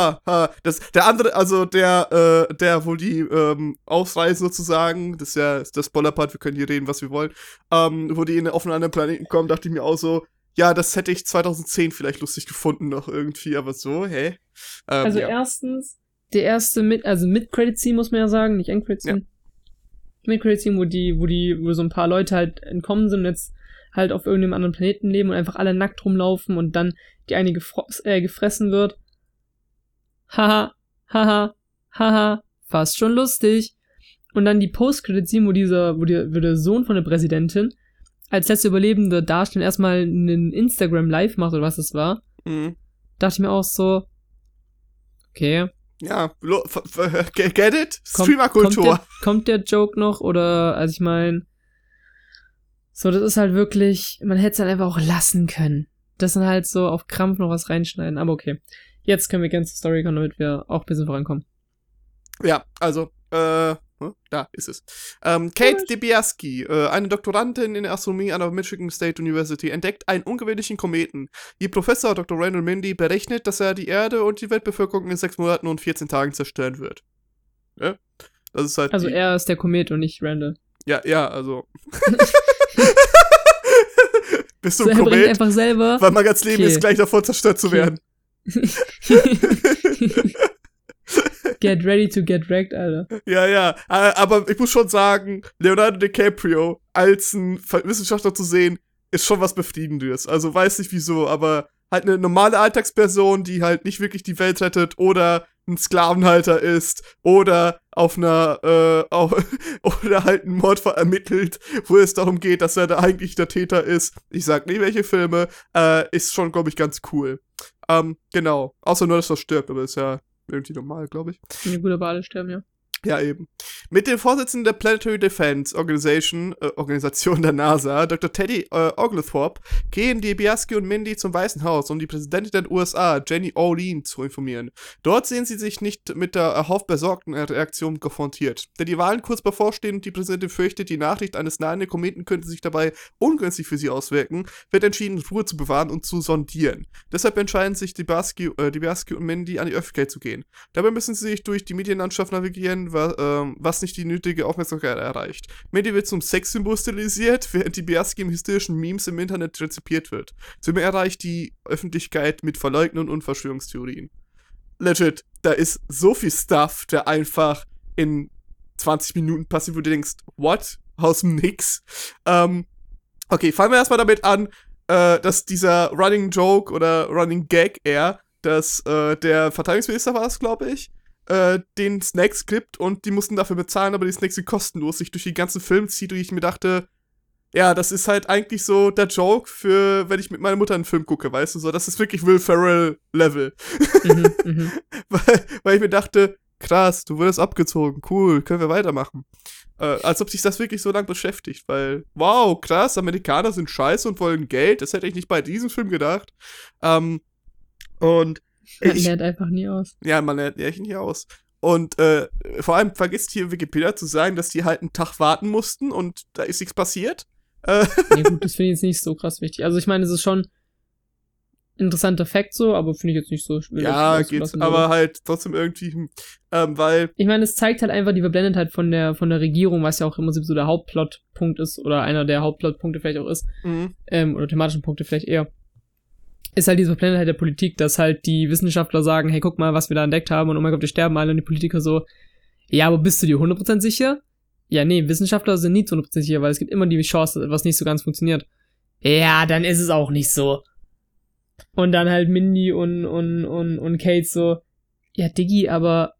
Der andere, also der, wo die ausreisen sozusagen, das ist ja der Spoiler-Part, wir können hier reden, was wir wollen, wo die auf einen anderen Planeten kommen, dachte ich mir auch so, ja, das hätte ich 2010 vielleicht lustig gefunden noch irgendwie, aber so, hä? Also erstens, der erste Mid-Credit-Scene, muss man ja sagen, nicht End-Credit-Scene. Mid-Credit-Scene, wo so ein paar Leute halt entkommen sind und jetzt halt auf irgendeinem anderen Planeten leben und einfach alle nackt rumlaufen und dann die eine gefressen wird. Haha, fast schon lustig. Und dann die Post-Credit-Scene, wo der Sohn von der Präsidentin als letzter Überlebende darstellen, erstmal einen Instagram-Live macht oder was das war. Dachte ich mir auch so, okay. Ja, get it? Streamer-Kultur. Kommt der Joke noch? Oder, also ich meine, so, das ist halt wirklich, man hätte es halt einfach auch lassen können. Das dann halt so auf Krampf noch was reinschneiden, aber okay. Jetzt können wir gerne zur Story kommen, damit wir auch ein bisschen vorankommen. Ja, also, da ist es. Kate Dibiaski, eine Doktorandin in Astronomie an der Michigan State University, entdeckt einen ungewöhnlichen Kometen. Ihr Professor Dr. Randall Mindy berechnet, dass er die Erde und die Weltbevölkerung in 6 Monaten und 14 Tagen zerstören wird. Ja? Das ist halt. Also er ist der Komet und nicht Randall. Ja, also. Bist du so, ein Komet? Einfach selber. Weil mein ganzes Leben ist gleich davor zerstört zu werden. Get ready to get wrecked, Alter. Ja, aber ich muss schon sagen, Leonardo DiCaprio als ein Wissenschaftler zu sehen, ist schon was Befriedigendes. Also weiß nicht wieso, aber halt eine normale Alltagsperson, die halt nicht wirklich die Welt rettet oder ein Sklavenhalter ist oder auf einer oder halt einen Mordfall ermittelt, wo es darum geht, dass er da eigentlich der Täter ist. Ich sag nicht, welche Filme, ist schon, glaube ich, ganz cool. Genau. Außer nur, dass er stirbt, aber ist ja irgendwie normal, glaube ich. Ja, gut, aber alle sterben, ja. Ja, eben. Mit dem Vorsitzenden der Planetary Defense Organisation der NASA, Dr. Teddy Oglethorpe, gehen DiBiase und Mindy zum Weißen Haus, um die Präsidentin der USA, Jenny Olin, zu informieren. Dort sehen sie sich nicht mit der erhofft besorgten Reaktion konfrontiert. Da die Wahlen kurz bevorstehen und die Präsidentin fürchtet, die Nachricht eines nahenden Kometen könnte sich dabei ungünstig für sie auswirken, wird entschieden, Ruhe zu bewahren und zu sondieren. Deshalb entscheiden sich DiBiase und Mindy, an die Öffentlichkeit zu gehen. Dabei müssen sie sich durch die Medienlandschaft navigieren, was nicht die nötige Aufmerksamkeit erreicht. Mindy wird zum Sexsymbol stilisiert, während DiBiase im hysterischen Memes im Internet rezipiert wird. Somit erreicht die Öffentlichkeit mit Verleugnung und Verschwörungstheorien. Legit, da ist so viel Stuff, der einfach in 20 Minuten passiert, wo du denkst, what? Aus dem Nix. Okay, fangen wir erstmal damit an, dass dieser Running Joke oder Running Gag dass der Verteidigungsminister war es, glaube ich, den Snacks gibt und die mussten dafür bezahlen, aber die Snacks sind kostenlos, sich durch den ganzen Film zieht und ich mir dachte, ja, das ist halt eigentlich so der Joke für, wenn ich mit meiner Mutter einen Film gucke, weißt du, so, das ist wirklich Will Ferrell-Level. Weil ich mir dachte, krass, du wurdest abgezogen, cool, können wir weitermachen. Als ob sich das wirklich so lange beschäftigt, weil, wow, krass, Amerikaner sind scheiße und wollen Geld, das hätte ich nicht bei diesem Film gedacht. Und man lernt einfach nie aus. Ja, man lernt echt nie aus. Und vor allem vergisst hier Wikipedia zu sagen, dass die halt einen Tag warten mussten und da ist nichts passiert. Ja gut, das finde ich jetzt nicht so krass wichtig. Also ich meine, es ist schon ein interessanter Fakt so, aber finde ich jetzt nicht so schwierig. Ja, geht's, aber halt trotzdem irgendwie, weil... Ich meine, es zeigt halt einfach die Verblendetheit von der Regierung, was ja auch im Prinzip so der Hauptplotpunkt ist oder einer der Hauptplotpunkte vielleicht auch ist. Oder thematischen Punkte vielleicht eher. Ist halt diese Verblendetheit der Politik, dass halt die Wissenschaftler sagen, hey, guck mal, was wir da entdeckt haben und oh mein Gott, wir sterben alle und die Politiker so, ja, aber bist du dir 100% sicher? Ja, nee, Wissenschaftler sind nie zu 100% sicher, weil es gibt immer die Chance, dass etwas nicht so ganz funktioniert. Ja, dann ist es auch nicht so. Und dann halt Mindy und Kate so, ja, Diggi, aber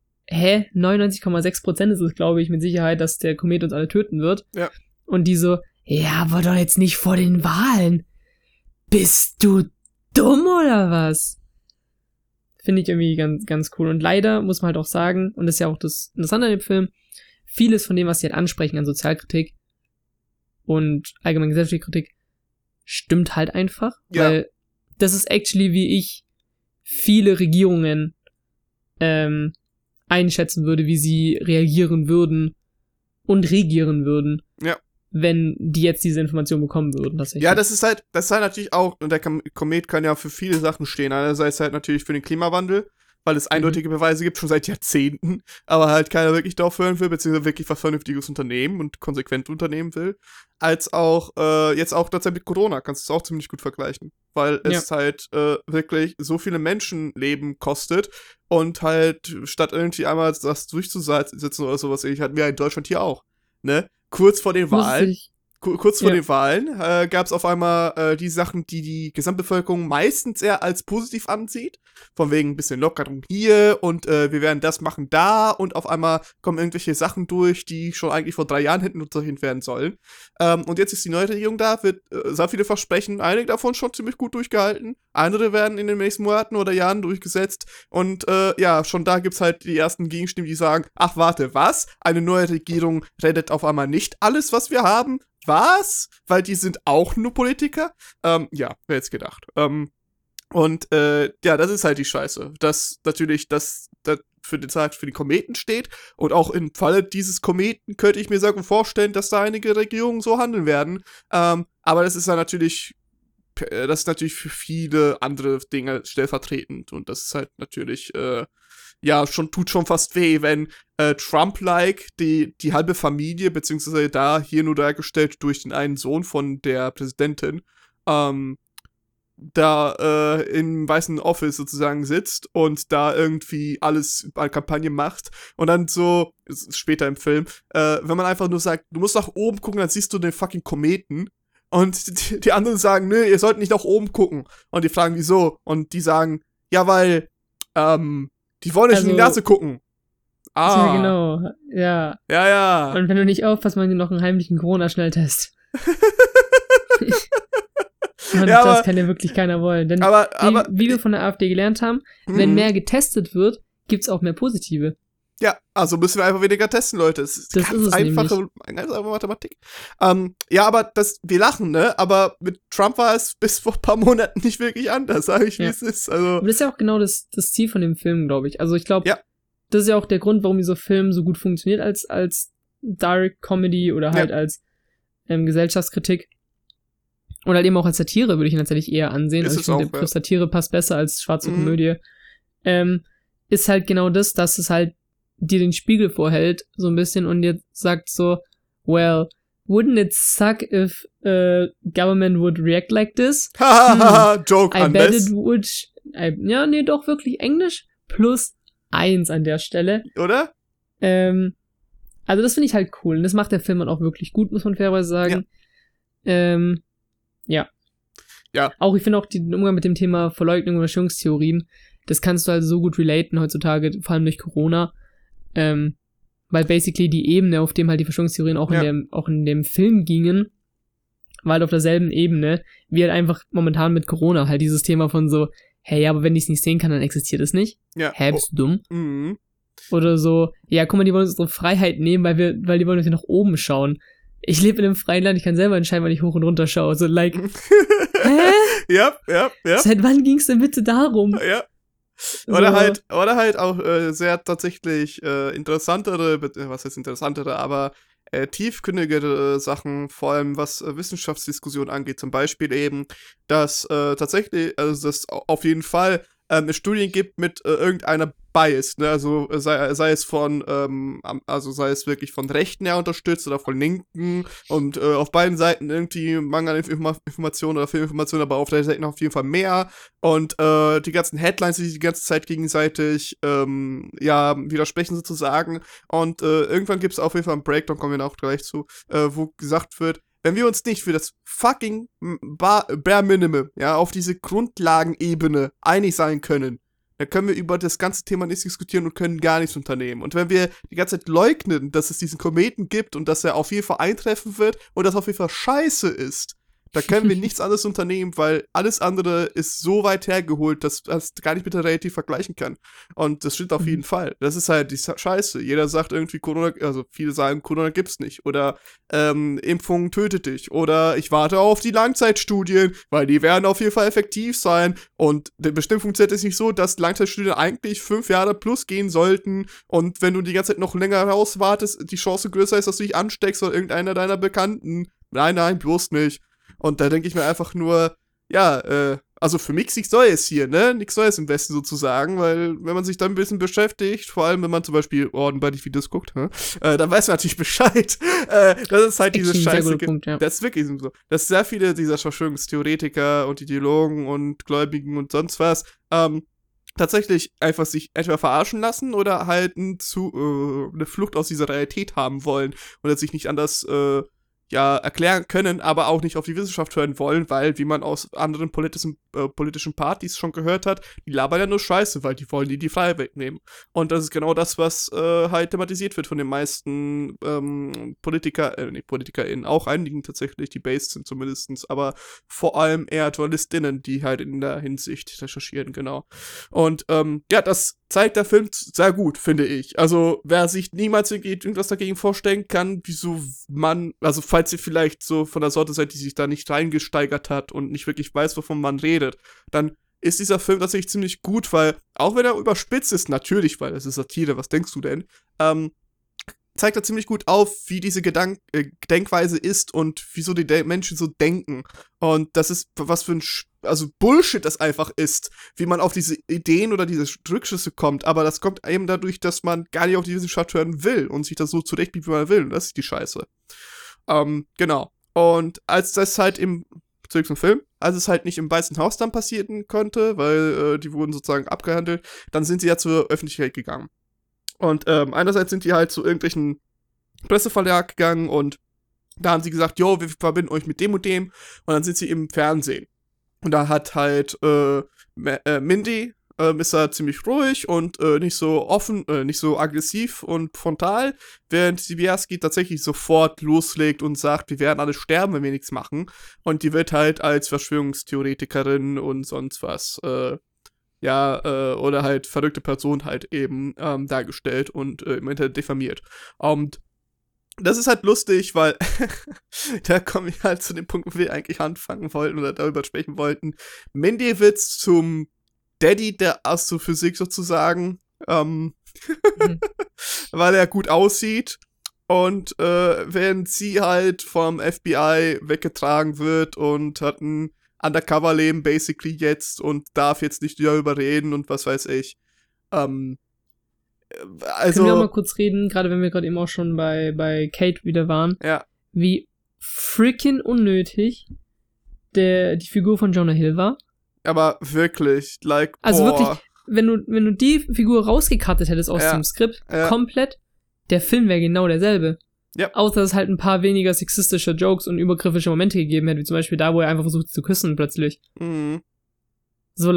99,6% ist es, glaube ich, mit Sicherheit, dass der Komet uns alle töten wird. Ja. Und die so, ja, aber doch jetzt nicht vor den Wahlen. Bist du dumm oder was? Finde ich irgendwie ganz, ganz cool. Und leider muss man halt auch sagen, und das ist ja auch das Interessante an dem Film, vieles von dem, was sie halt ansprechen an Sozialkritik und allgemein gesellschaftliche Kritik, stimmt halt einfach. Ja. Weil das ist actually, wie ich viele Regierungen einschätzen würde, wie sie reagieren würden und regieren würden. Ja. Wenn die jetzt diese Information bekommen würden, tatsächlich. Ja, das ist halt natürlich auch, und der Komet kann ja für viele Sachen stehen. Einerseits halt natürlich für den Klimawandel, weil es eindeutige Beweise gibt, schon seit Jahrzehnten, aber halt keiner wirklich darauf hören will, beziehungsweise wirklich was Vernünftiges unternehmen und konsequent unternehmen will. Als auch, jetzt auch derzeit mit Corona kannst du es auch ziemlich gut vergleichen, weil es halt wirklich so viele Menschenleben kostet und halt statt irgendwie einmal das durchzusetzen oder sowas, halt wir in Deutschland hier auch, ne? Kurz vor den Wahlen gab es auf einmal die Sachen, die die Gesamtbevölkerung meistens eher als positiv ansieht. Von wegen ein bisschen Lockerung hier und wir werden das machen da und auf einmal kommen irgendwelche Sachen durch, die schon eigentlich vor 3 Jahren hätten untersucht werden sollen. Und jetzt ist die neue Regierung da, wird sehr viele Versprechen, einige davon schon ziemlich gut durchgehalten, andere werden in den nächsten Monaten oder Jahren durchgesetzt und schon da gibt's halt die ersten Gegenstimmen, die sagen, ach warte, was? Eine neue Regierung rettet auf einmal nicht alles, was wir haben? Was? Weil die sind auch nur Politiker? Wer hätte es gedacht. Das ist halt die Scheiße. Dass natürlich das für die Kometen steht und auch im Falle dieses Kometen könnte ich mir vorstellen, dass da einige Regierungen so handeln werden. Aber das ist dann natürlich für viele andere Dinge stellvertretend und das ist halt natürlich tut schon fast weh, wenn Trump-like die halbe Familie, beziehungsweise da hier nur dargestellt durch den einen Sohn von der Präsidentin, im Weißen Office sozusagen sitzt und da irgendwie alles bei Kampagne macht und dann so, später im Film, wenn man einfach nur sagt, du musst nach oben gucken, dann siehst du den fucking Kometen Und die anderen sagen, nö, ihr sollt nicht nach oben gucken. Und die fragen, wieso? Und die sagen, ja, weil, die wollen nicht in die Nase gucken. Ja, genau. Ja. Ja. Und wenn du nicht aufpasst, machen die noch einen heimlichen Corona-Schnelltest. Und Ja, das kann ja wirklich keiner wollen. Denn wie wir von der AfD gelernt haben, wenn mehr getestet wird, gibt's auch mehr Positive. Ja, also müssen wir einfach weniger testen, Leute. Das ist ganz einfache Mathematik. Ja, aber wir lachen, ne? Aber mit Trump war es bis vor ein paar Monaten nicht wirklich anders, sage ich, wie es ist. Also. Aber das ist ja auch genau das Ziel von dem Film, glaube ich. Also ich glaube, das ist ja auch der Grund, warum dieser Film so gut funktioniert als Direct Comedy oder halt als Gesellschaftskritik. Und halt eben auch als Satire würde ich ihn tatsächlich eher ansehen. Also ich finde, der Begriff Satire passt besser als schwarze Komödie. Ist halt genau das, dass es halt dir den Spiegel vorhält, so ein bisschen, und dir sagt so, well, wouldn't it suck if government would react like this? Joke I bet it would. Doch, wirklich Englisch +1 an der Stelle. Oder? Also das finde ich halt cool. Und das macht der Film dann auch wirklich gut, muss man fairerweise sagen. Ja. Auch, ich finde auch den Umgang mit dem Thema Verleugnung und Verschwörungstheorien, das kannst du halt so gut relaten heutzutage, vor allem durch Corona. Weil basically die Ebene, auf dem halt die Verschwörungstheorien auch in dem Film gingen, war halt auf derselben Ebene, wie halt einfach momentan mit Corona halt dieses Thema von so, hey, aber wenn ich es nicht sehen kann, dann existiert es nicht. Ja. Hä, bist du dumm? Oder so, ja, guck mal, die wollen uns unsere Freiheit nehmen, weil die wollen uns hier nach oben schauen. Ich lebe in einem freien Land, ich kann selber entscheiden, wann ich hoch und runter schaue. So, like, hä? Ja. Seit wann ging's denn bitte darum? Ja. Oder halt auch sehr tatsächlich interessantere, was heißt interessantere, aber tiefgründigere Sachen, vor allem was Wissenschaftsdiskussionen angeht. Zum Beispiel eben, dass tatsächlich, also dass auf jeden Fall es Studien gibt mit irgendeiner Bias, ne? Also sei es wirklich von Rechten her unterstützt oder von Linken und auf beiden Seiten irgendwie Mangel an Informationen oder Filminformationen, aber auf der Seite auf jeden Fall mehr, und die ganzen Headlines, die ganze Zeit gegenseitig widersprechen sozusagen, und irgendwann gibt es auf jeden Fall einen Breakdown, kommen wir auch gleich zu, wo gesagt wird, wenn wir uns nicht für das fucking Bare Minimum, auf diese Grundlagenebene einig sein können, dann können wir über das ganze Thema nicht diskutieren und können gar nichts unternehmen. Und wenn wir die ganze Zeit leugnen, dass es diesen Kometen gibt und dass er auf jeden Fall eintreffen wird und dass auf jeden Fall scheiße ist, da können wir nichts anderes unternehmen, weil alles andere ist so weit hergeholt, dass das gar nicht mit der Realität vergleichen kann. Und das stimmt auf jeden Fall. Das ist halt die Scheiße. Jeder sagt irgendwie Corona, also viele sagen, Corona gibt's nicht. Oder Impfung tötet dich. Oder ich warte auf die Langzeitstudien, weil die werden auf jeden Fall effektiv sein. Und bestimmt funktioniert es nicht so, dass Langzeitstudien eigentlich 5 Jahre plus gehen sollten. Und wenn du die ganze Zeit noch länger rauswartest, die Chance größer ist, dass du dich ansteckst oder irgendeiner deiner Bekannten. Nein, bloß nicht. Und da denke ich mir einfach nur, also für mich nichts Neues hier, ne? Nichts Neues im Westen sozusagen, weil wenn man sich dann ein bisschen beschäftigt, vor allem wenn man zum Beispiel bei die Videos guckt, dann weiß man natürlich Bescheid. Das ist halt diese Scheiße. Punkt, ja. Das ist wirklich so. Dass sehr viele dieser Verschwörungstheoretiker und Ideologen und Gläubigen und sonst was, tatsächlich einfach sich entweder verarschen lassen oder halt eine Flucht aus dieser Realität haben wollen oder sich nicht anders erklären können, aber auch nicht auf die Wissenschaft hören wollen, weil, wie man aus anderen politischen Partys schon gehört hat, die labern ja nur Scheiße, weil die wollen die Freiheit wegnehmen. Und das ist genau das, was halt thematisiert wird von den meisten PolitikerInnen, auch einigen tatsächlich, die based sind zumindest, aber vor allem eher JournalistInnen, die halt in der Hinsicht recherchieren, genau. Und das zeigt der Film sehr gut, finde ich. Also, wer sich niemals irgendwas dagegen vorstellen kann, wieso man, also falls ihr vielleicht so von der Sorte seid, die sich da nicht reingesteigert hat und nicht wirklich weiß, wovon man redet, dann ist dieser Film tatsächlich ziemlich gut, weil, auch wenn er überspitzt ist, natürlich, weil es ist Satire, was denkst du denn, zeigt er ziemlich gut auf, wie diese Denkweise ist und wieso die Menschen so denken. Und das ist, was für ein Bullshit das einfach ist, wie man auf diese Ideen oder diese Rückschlüsse kommt. Aber das kommt eben dadurch, dass man gar nicht auf die Wissenschaft hören will und sich das so zurechtbiegt, wie man will. Und das ist die Scheiße. Genau. Und als das halt zurück zum Film, als es halt nicht im Weißen Haus dann passieren konnte, weil die wurden sozusagen abgehandelt, dann sind sie ja zur Öffentlichkeit gegangen. Und einerseits sind die halt zu irgendwelchen Presseverlag gegangen und Da haben sie gesagt, jo, wir verbinden euch mit dem und dem. Und dann sind sie im Fernsehen. Und da hat halt Mindy ist da ziemlich ruhig und nicht so offen, nicht so aggressiv und frontal, während Sibierski tatsächlich sofort loslegt und sagt, wir werden alle sterben, wenn wir nichts machen. Und die wird halt als Verschwörungstheoretikerin und sonst was, oder halt verrückte Person halt eben dargestellt und im Internet diffamiert. Und das ist halt lustig, weil da komme ich halt zu dem Punkt, wo wir eigentlich anfangen wollten oder darüber sprechen wollten. Mindy wird zum Daddy der Astrophysik sozusagen, weil er gut aussieht. Und während sie halt vom FBI weggetragen wird und hat ein Undercover-Leben basically jetzt und darf jetzt nicht darüber reden und was weiß ich. Können wir auch mal kurz reden, gerade wenn wir gerade eben auch schon bei Kate wieder waren, wie freaking unnötig die Figur von Jonah Hill war. Aber wirklich, also wirklich, wenn du die Figur rausgekattet hättest aus dem Skript, komplett, der Film wäre genau derselbe. Ja. Außer, dass es halt ein paar weniger sexistische Jokes und übergriffische Momente gegeben hätte, wie zum Beispiel da, wo er einfach versucht zu küssen plötzlich. Mhm. So,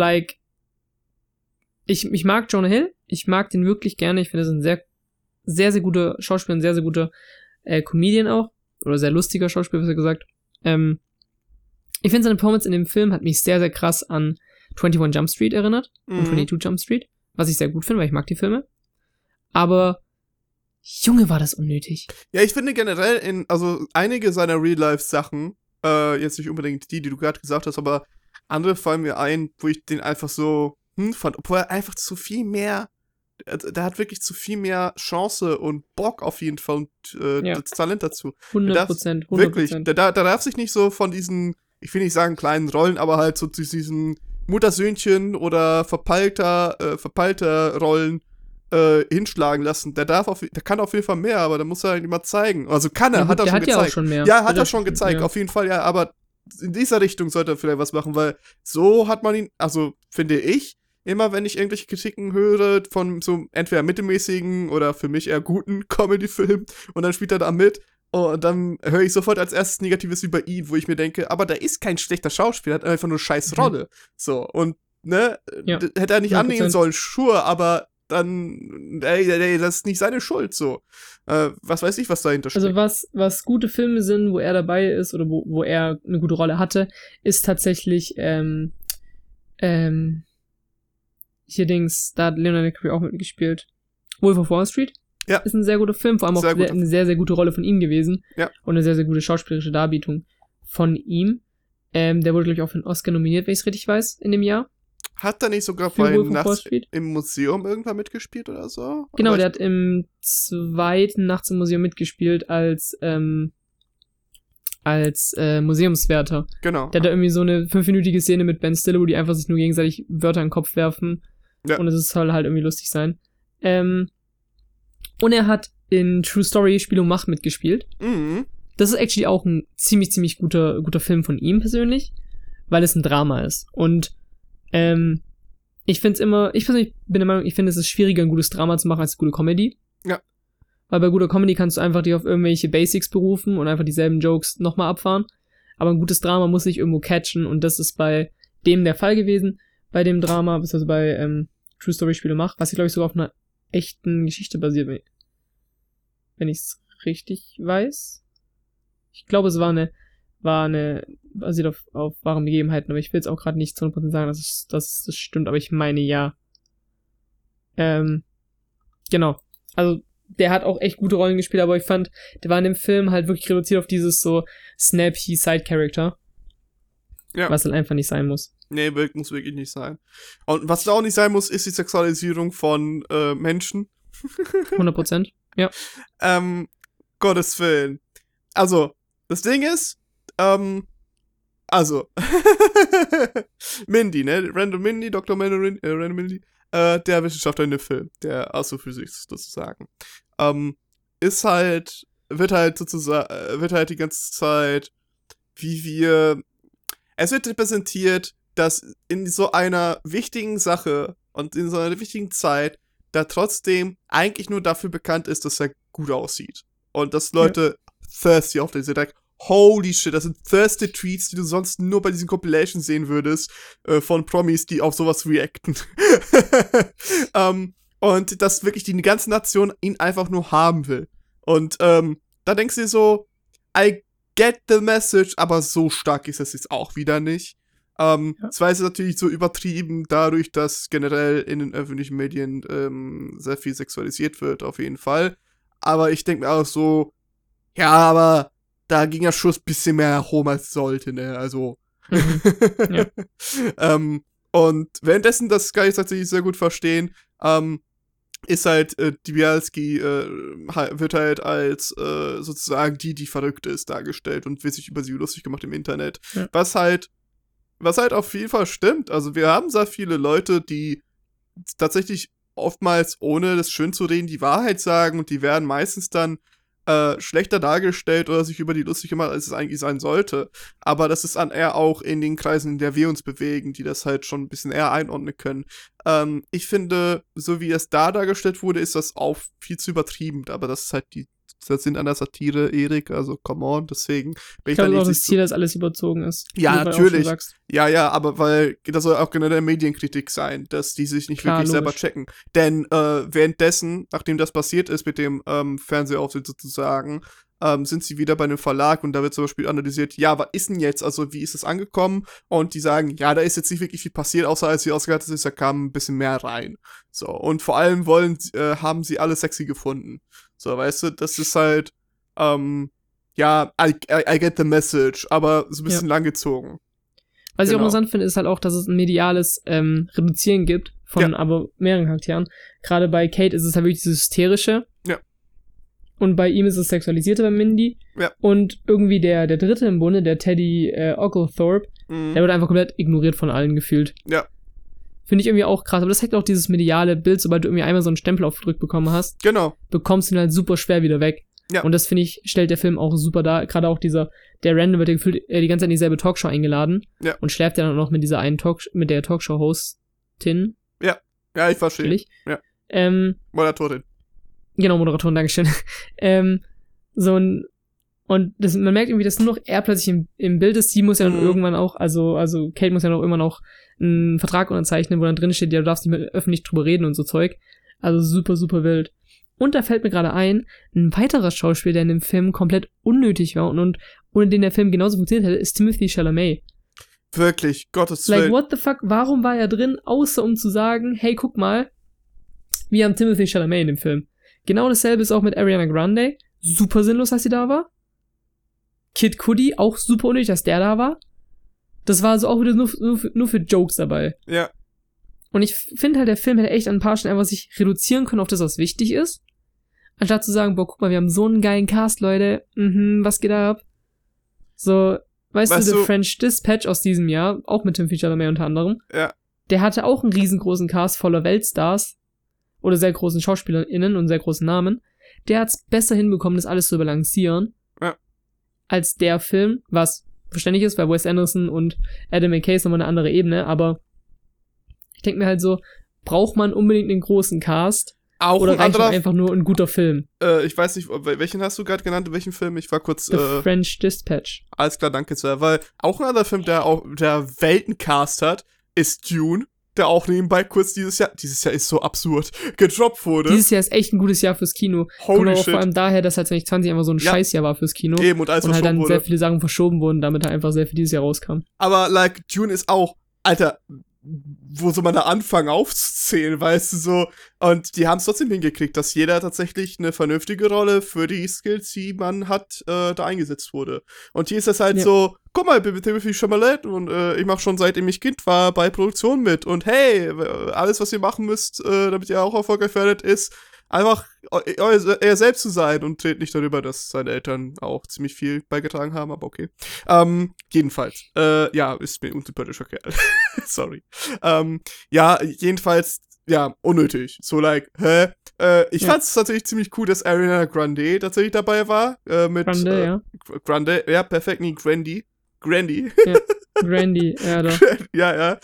ich mag Jonah Hill, ich mag den wirklich gerne, ich finde, er ist ein sehr, sehr, sehr guter Schauspieler, ein sehr, sehr guter Comedian auch, oder sehr lustiger Schauspieler, besser gesagt. Ich finde, seine Performance in dem Film hat mich sehr, sehr krass an 21 Jump Street erinnert, und 22 Jump Street, was ich sehr gut finde, weil ich mag die Filme. Aber Junge, war das unnötig. Ja, ich finde generell also einige seiner Real-Life-Sachen, jetzt nicht unbedingt die du gerade gesagt hast, aber andere fallen mir ein, wo ich den einfach so fand, obwohl er einfach zu viel mehr, der hat wirklich zu viel mehr Chance und Bock auf jeden Fall und das Talent dazu. 100%. Wirklich, der darf sich nicht so von diesen, ich will nicht sagen kleinen Rollen, aber halt so zu diesen Muttersöhnchen oder verpeilter Rollen hinschlagen lassen. Der kann auf jeden Fall mehr, aber da muss er halt immer zeigen. Also kann er, ja, hat er schon gezeigt. Ja, auch schon mehr. Ja, hat er schon gezeigt, auf jeden Fall, ja, aber in dieser Richtung sollte er vielleicht was machen, weil so hat man ihn, also finde ich, immer wenn ich irgendwelche Kritiken höre von so entweder mittelmäßigen oder für mich eher guten Comedy-Filmen und dann spielt er da mit und dann höre ich sofort als erstes Negatives über ihn, wo ich mir denke, aber da ist kein schlechter Schauspieler, hat einfach nur scheiß Rolle. So, und hätte er nicht 100%. Annehmen sollen, sure, aber dann, das ist nicht seine Schuld, so. Was weiß ich, was dahinter steht. Also was gute Filme sind, wo er dabei ist oder wo er eine gute Rolle hatte, ist tatsächlich, hier da hat Leonardo DiCaprio auch mitgespielt. Wolf of Wall Street. Ja. Ist ein sehr guter Film, vor allem auch eine sehr, sehr gute Rolle von ihm gewesen. Ja. Und eine sehr, sehr gute schauspielerische Darbietung von ihm. Der wurde, glaube ich, auch für einen Oscar nominiert, wenn ich es richtig weiß, in dem Jahr. Hat er nicht sogar bei Nachts im Museum irgendwann mitgespielt oder so? Genau, oder der hat im zweiten Nachts im Museum mitgespielt als Museumswärter. Genau. Der hat da irgendwie so eine 5-minütige Szene mit Ben Stiller, wo die einfach sich nur gegenseitig Wörter in den Kopf werfen. Ja. Und es soll halt irgendwie lustig sein. Und er hat in True Story Spiel um Macht mitgespielt. Mhm. Das ist actually auch ein ziemlich, ziemlich guter Film von ihm persönlich, weil es ein Drama ist. Und ich persönlich bin der Meinung, ich finde, es ist schwieriger, ein gutes Drama zu machen als eine gute Comedy. Ja. Weil bei guter Comedy kannst du einfach dich auf irgendwelche Basics berufen und einfach dieselben Jokes nochmal abfahren. Aber ein gutes Drama muss sich irgendwo catchen und das ist bei dem der Fall gewesen. Bei dem Drama, beziehungsweise bei True Story Spiele macht, was ich glaube ich sogar auf einer echten Geschichte basiert, wenn ich es richtig weiß. Ich glaube, es war eine basiert auf wahren Begebenheiten, aber ich will jetzt auch gerade nicht zu 100% sagen, dass das stimmt, aber ich meine ja. Genau. Also, der hat auch echt gute Rollen gespielt, aber ich fand, der war in dem Film halt wirklich reduziert auf dieses so snappy Side-Character. Ja. Was halt einfach nicht sein muss. Nee, muss wirklich nicht sein. Und was da auch nicht sein muss, ist die Sexualisierung von Menschen. 100%, ja. Gottes Willen. Also, das Ding ist, Mindy, ne? Randall Mindy, Dr. Randall Mindy, der Wissenschaftler in dem Film, der Astrophysik sozusagen, wird halt die ganze Zeit, es wird repräsentiert, dass in so einer wichtigen Sache und in so einer wichtigen Zeit da trotzdem eigentlich nur dafür bekannt ist, dass er gut aussieht. Und dass Leute thirsty auf diese Deck. Holy shit, das sind thirsty Tweets, die du sonst nur bei diesen Compilations sehen würdest, von Promis, die auf sowas reacten. Und dass wirklich die ganze Nation ihn einfach nur haben will. Und da denkst du dir so, I get the message, aber so stark ist es jetzt auch wieder nicht. Zwar ist es natürlich so übertrieben, dadurch, dass generell in den öffentlichen Medien sehr viel sexualisiert wird, auf jeden Fall. Aber ich denke mir auch so, ja, aber da ging der Schuss ein bisschen mehr nach oben als sollte, ne? Also. Ja. Und währenddessen, das kann ich tatsächlich sehr gut verstehen, ist halt, Dibialski wird halt als sozusagen die verrückt ist, dargestellt und wird sich über sie lustig gemacht im Internet. Ja. Was halt auf jeden Fall stimmt. Also wir haben sehr viele Leute, die tatsächlich oftmals, ohne das schön zu reden, die Wahrheit sagen und die werden meistens dann schlechter dargestellt oder sich über die lustig gemacht, als es eigentlich sein sollte. Aber das ist dann eher auch in den Kreisen, in der wir uns bewegen, die das halt schon ein bisschen eher einordnen können. Ich finde, so wie es da dargestellt wurde, ist das auch viel zu übertrieben. Aber das ist halt der Sinn an der Satire, Erik, also come on, deswegen bin ich glaube auch nicht das Ziel, dass alles überzogen ist. Ja, natürlich. Ja, aber weil das soll auch generell Medienkritik sein, dass die sich nicht wirklich selber checken. Denn währenddessen, nachdem das passiert ist mit dem Fernsehauftritt sozusagen, sind sie wieder bei einem Verlag und da wird zum Beispiel analysiert, ja, was ist denn jetzt, also wie ist es angekommen? Und die sagen, ja, da ist jetzt nicht wirklich viel passiert, außer als sie ausgeheiratet ist, da kam ein bisschen mehr rein. So, und vor allem haben sie alle sexy gefunden. So, weißt du, das ist halt, ja, I get the message, aber so ein bisschen langgezogen. Was ich auch interessant finde, ist halt auch, dass es ein mediales Reduzieren gibt von aber mehreren Charakteren. Gerade bei Kate ist es halt wirklich dieses Hysterische. Ja. Und bei ihm ist es Sexualisierte bei Mindy. Ja. Und irgendwie der Dritte im Bunde, der Teddy Oglethorpe, der wird einfach komplett ignoriert von allen gefühlt. Ja. Finde ich irgendwie auch krass. Aber das zeigt auch dieses mediale Bild, sobald du irgendwie einmal so einen Stempel aufgedrückt bekommen hast. Genau. Bekommst du ihn halt super schwer wieder weg. Ja. Und das, finde ich, stellt der Film auch super dar. Gerade auch der Random wird ja gefühlt die ganze Zeit in dieselbe Talkshow eingeladen. Ja. Und schläft ja dann auch mit dieser einen mit der Talkshow-Hostin. Ja. Ja, ich verstehe. Ja. Moderatorin. Genau, Moderatorin, Dankeschön. Und man merkt irgendwie, dass nur noch er plötzlich im Bild ist. Sie muss ja dann irgendwann auch, also Kate muss ja noch irgendwann auch einen Vertrag unterzeichnen, wo dann drin steht, ja, du darfst nicht mehr öffentlich drüber reden und so Zeug. Also super, super wild. Und da fällt mir gerade ein weiterer Schauspieler, der in dem Film komplett unnötig war und ohne den der Film genauso funktioniert hätte, ist Timothée Chalamet. Wirklich, Gottes Willen. Like, what the fuck, warum war er drin, außer um zu sagen, hey, guck mal, wir haben Timothée Chalamet in dem Film. Genau dasselbe ist auch mit Ariana Grande. Super sinnlos, dass sie da war. Kid Cudi, auch super unnötig, dass der da war. Das war also auch wieder nur für Jokes dabei. Ja. Und ich finde halt, der Film hätte echt an ein paar Stellen einfach sich reduzieren können auf das, was wichtig ist. Anstatt zu sagen, boah, guck mal, wir haben so einen geilen Cast, Leute. Was geht da ab? So, weißt du, The French Dispatch aus diesem Jahr, auch mit Timothée Chalamet unter anderem. Ja. Der hatte auch einen riesengroßen Cast voller Weltstars. Oder sehr großen SchauspielerInnen und sehr großen Namen. Der hat's besser hinbekommen, das alles zu balancieren. Ja. Als der Film, was verständlich ist, weil Wes Anderson und Adam McKay ist nochmal eine andere Ebene, aber ich denke mir halt so, braucht man unbedingt einen großen Cast? Auch oder reicht einfach nur ein guter Film? Ich weiß nicht, welchen hast du gerade genannt, welchen Film? Ich war kurz... The French Dispatch. Alles klar, danke sehr. Weil auch ein anderer Film, der Weltencast hat, ist Dune, der auch nebenbei kurz dieses Jahr ist so absurd, gedroppt wurde. Dieses Jahr ist echt ein gutes Jahr fürs Kino. Holy shit. Vor allem daher, dass halt 2020 einfach so ein Scheißjahr war fürs Kino. Eben, und alles halt dann wurde. Sehr viele Sachen verschoben wurden, damit halt einfach sehr viel dieses Jahr rauskam. Aber, like, Dune ist auch, Alter, wo soll man da anfangen aufzuzählen, weißt du, so. Und die haben es trotzdem hingekriegt, dass jeder tatsächlich eine vernünftige Rolle für die Skills, die man hat, da eingesetzt wurde. Und hier ist das halt so, guck mal, ich bin mit Timothée Chalamet und ich mache schon seitdem ich Kind war bei Produktion mit. Und hey, alles, was ihr machen müsst, damit ihr auch erfolgreich werdet, ist einfach er selbst zu sein und redet nicht darüber, dass seine Eltern auch ziemlich viel beigetragen haben, aber okay. Jedenfalls, ja, ist mir ein unsympathischer Kerl. Sorry. Ja, jedenfalls, ja, unnötig. So, like, ich fand's tatsächlich ziemlich cool, dass Ariana Grande tatsächlich dabei war. Mit Grande, ja, perfekt, nie Grandy. Ja, Grandy, ja, doch. Ja.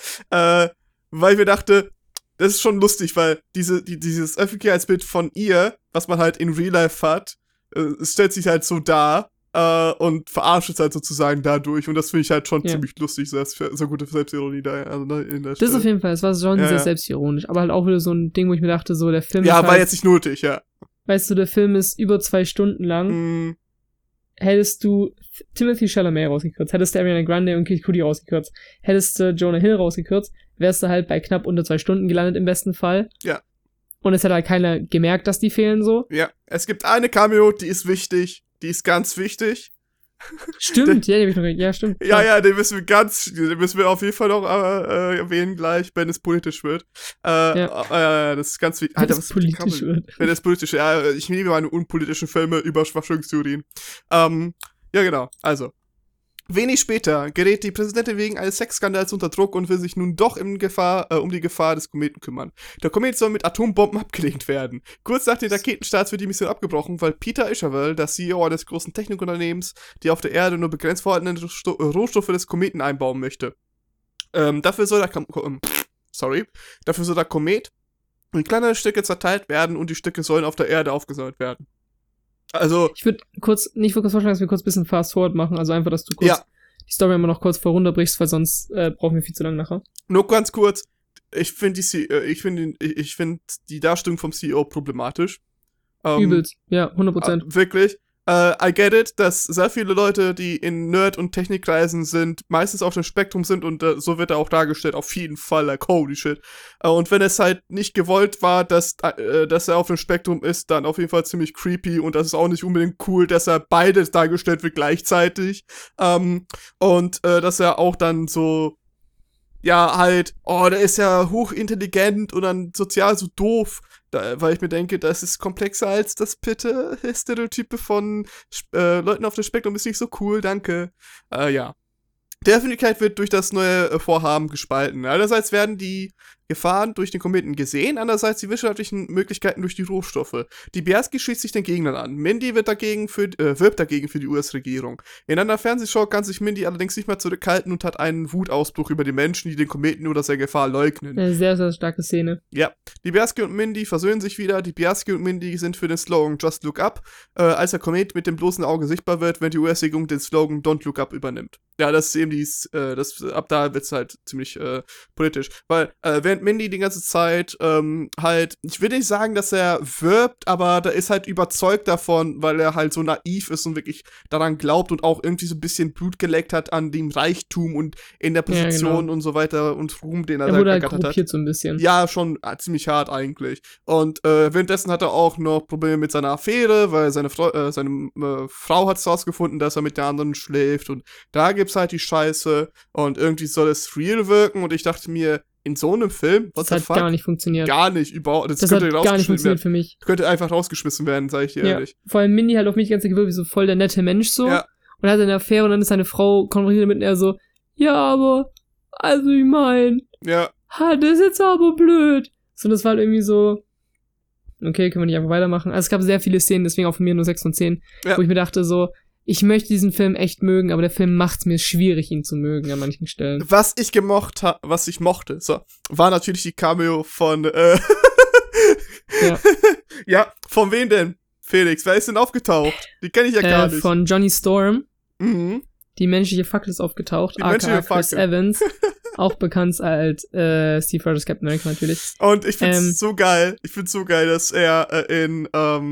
Weil ich mir dachte, das ist schon lustig, weil dieses Öffentlichkeitsbild von ihr, was man halt in Real Life hat, es stellt sich halt so dar, und verarscht es halt sozusagen dadurch. Und das finde ich halt schon Ja. ziemlich lustig, so gute Selbstironie da. Also in der Das auf jeden Fall, es war schon sehr Ja. selbstironisch, aber halt auch wieder so ein Ding, wo ich mir dachte, so der Film ist Ja, halt, war jetzt nicht nötig, ja. weißt du, der Film ist über 2 Stunden lang. Mm, Hättest du Timothy Chalamet rausgekürzt, hättest du Ariana Grande und Kid Cudi rausgekürzt, hättest du Jonah Hill rausgekürzt, wärst du halt bei knapp unter 2 Stunden gelandet im besten Fall. Ja. Und es hat halt keiner gemerkt, dass die fehlen so. ja, es gibt eine Cameo, die ist wichtig. Die ist ganz wichtig. Stimmt, ja, die hab ich noch, ja, stimmt. Ja, den müssen wir auf jeden Fall noch erwähnen gleich, wenn es politisch wird. Das ist ganz wichtig. Wenn es politisch wird. Wenn es politisch, ja, ich liebe meine unpolitischen Filme über Verschwörungstheorien. Ja, genau, also. Wenig später gerät die Präsidentin wegen eines Sexskandals unter Druck und will sich nun doch um die Gefahr des Kometen kümmern. Der Komet soll mit Atombomben abgelenkt werden. Kurz nach den Raketenstarts wird die Mission abgebrochen, weil Peter Isherwell, der CEO eines großen Technikunternehmens, die auf der Erde nur begrenzt vorhandenen Rohstoffe des Kometen einbauen möchte. Dafür soll der Komet in kleinere Stücke zerteilt werden und die Stücke sollen auf der Erde aufgesammelt werden. Also, ich würde vorschlagen, dass wir kurz ein bisschen Fast-Forward machen, also einfach, dass du kurz die Story immer noch kurz vorunterbrichst, weil sonst brauchen wir viel zu lange nachher. nur ganz kurz, ich finde die Darstellung vom CEO problematisch. Übelst, ja, 100%. Wirklich. I get it, dass sehr viele Leute, die in Nerd- und Technikkreisen sind, meistens auf dem Spektrum sind und so wird er auch dargestellt, auf jeden Fall, like, holy shit. Und wenn es halt nicht gewollt war, dass er auf dem Spektrum ist, dann auf jeden Fall ziemlich creepy und das ist auch nicht unbedingt cool, dass er beides dargestellt wird gleichzeitig. Und dass er auch dann so, ja, halt, der ist ja hochintelligent und dann sozial so doof. Weil ich mir denke, das ist komplexer als das bitte Stereotype von Leuten auf dem Spektrum ist nicht so cool, danke. Ja. Die Öffentlichkeit wird durch das neue Vorhaben gespalten. Einerseits werden die Gefahren durch den Kometen gesehen, andererseits die wirtschaftlichen Möglichkeiten durch die Rohstoffe. Die Bielski schließt sich den Gegnern an. Mindy wirbt dagegen für die US-Regierung. In einer Fernsehshow kann sich Mindy allerdings nicht mehr zurückhalten und hat einen Wutausbruch über die Menschen, die den Kometen oder seine Gefahr leugnen. Eine sehr, sehr starke Szene. Ja, die Bielski und Mindy versöhnen sich wieder. Die Bielski und Mindy sind für den Slogan Just Look Up, als der Komet mit dem bloßen Auge sichtbar wird, wenn die US-Regierung den Slogan Don't Look Up übernimmt. Ja, das ist eben ab da wird's halt ziemlich politisch. Weil, während Mindy die ganze Zeit halt, ich will nicht sagen, dass er wirbt, aber da ist halt überzeugt davon, weil er halt so naiv ist und wirklich daran glaubt und auch irgendwie so ein bisschen Blut geleckt hat an dem Reichtum und in der Position Ja, genau. und so weiter und Ruhm, den er Er da wurde halt ergattert hat. korruptiert so ein bisschen. Ja, schon ziemlich hart eigentlich. Und währenddessen hat er auch noch Probleme mit seiner Affäre, weil seine Frau hat es rausgefunden, dass er mit der anderen schläft und da gibt's halt die Scheiße und irgendwie soll es real wirken und ich dachte mir, in so einem Film, Das hat gar nicht funktioniert. Gar nicht, überhaupt. Das hat gar nicht funktioniert für mich. Könnte einfach rausgeschmissen werden, sag ich dir ehrlich. Vor allem Mindy halt auf mich die ganze Zeit gewirkt wie so voll der nette Mensch so. Ja. Und er hat eine Affäre und dann ist seine Frau konfrontiert damit und er so, ja, aber, also ich mein, Ja. das ist jetzt aber blöd. So, das war halt irgendwie so, okay, können wir nicht einfach weitermachen. Also es gab sehr viele Szenen, deswegen auch von mir nur 6 von 10, Ja. wo ich mir dachte so, ich möchte diesen Film echt mögen, aber der Film macht's mir schwierig, ihn zu mögen an manchen Stellen. Was ich mochte, so, war natürlich die Cameo von, Ja. Ja, von wem denn? Felix, wer ist denn aufgetaucht? Die kenne ich ja gar nicht. Von Johnny Storm. Mhm. Die menschliche Fackel ist aufgetaucht. Die menschliche aka Chris Fackel. Evans. Auch bekannt als Steve Rogers Captain America natürlich. Und ich find's so geil. Ich find's so geil, dass er in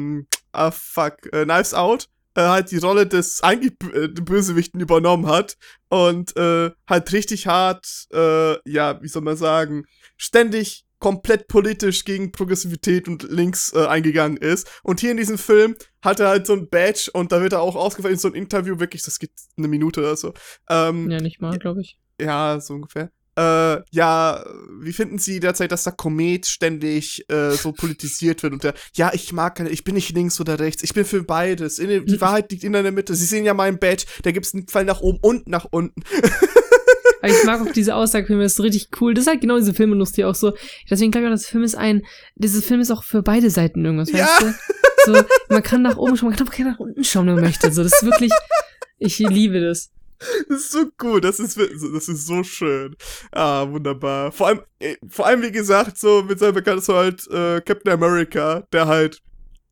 Knives Out halt die Rolle des eigentlich Bösewichten übernommen hat und halt richtig hart, ja, wie soll man sagen, ständig komplett politisch gegen Progressivität und links eingegangen ist. Und hier in diesem Film hat er halt so ein Badge und da wird er auch ausgefallen in so ein Interview, wirklich, das geht 1 Minute oder so. Ja, nicht mal, glaube ich. Ja, so ungefähr. Ja, wie finden Sie derzeit, dass der Komet ständig so politisiert wird? Und ich bin nicht links oder rechts, ich bin für beides. Die Wahrheit liegt in der Mitte. Sie sehen ja meinen Badge, da gibt's einen Pfeil nach oben und nach unten. Aber ich mag auch diese Aussage, das ist richtig cool. Das ist halt genau diese Filmindustrie auch so. Deswegen glaube ich auch, dieses Film ist auch für beide Seiten irgendwas, Ja. weißt du? So, man kann nach oben schauen, man kann auch nach unten schauen, wenn man möchte. So, das ist wirklich, ich liebe das. Das ist so gut, das ist so schön. Ah, wunderbar. Vor allem, wie gesagt, so mit seinem Bekannten so halt Captain America, der halt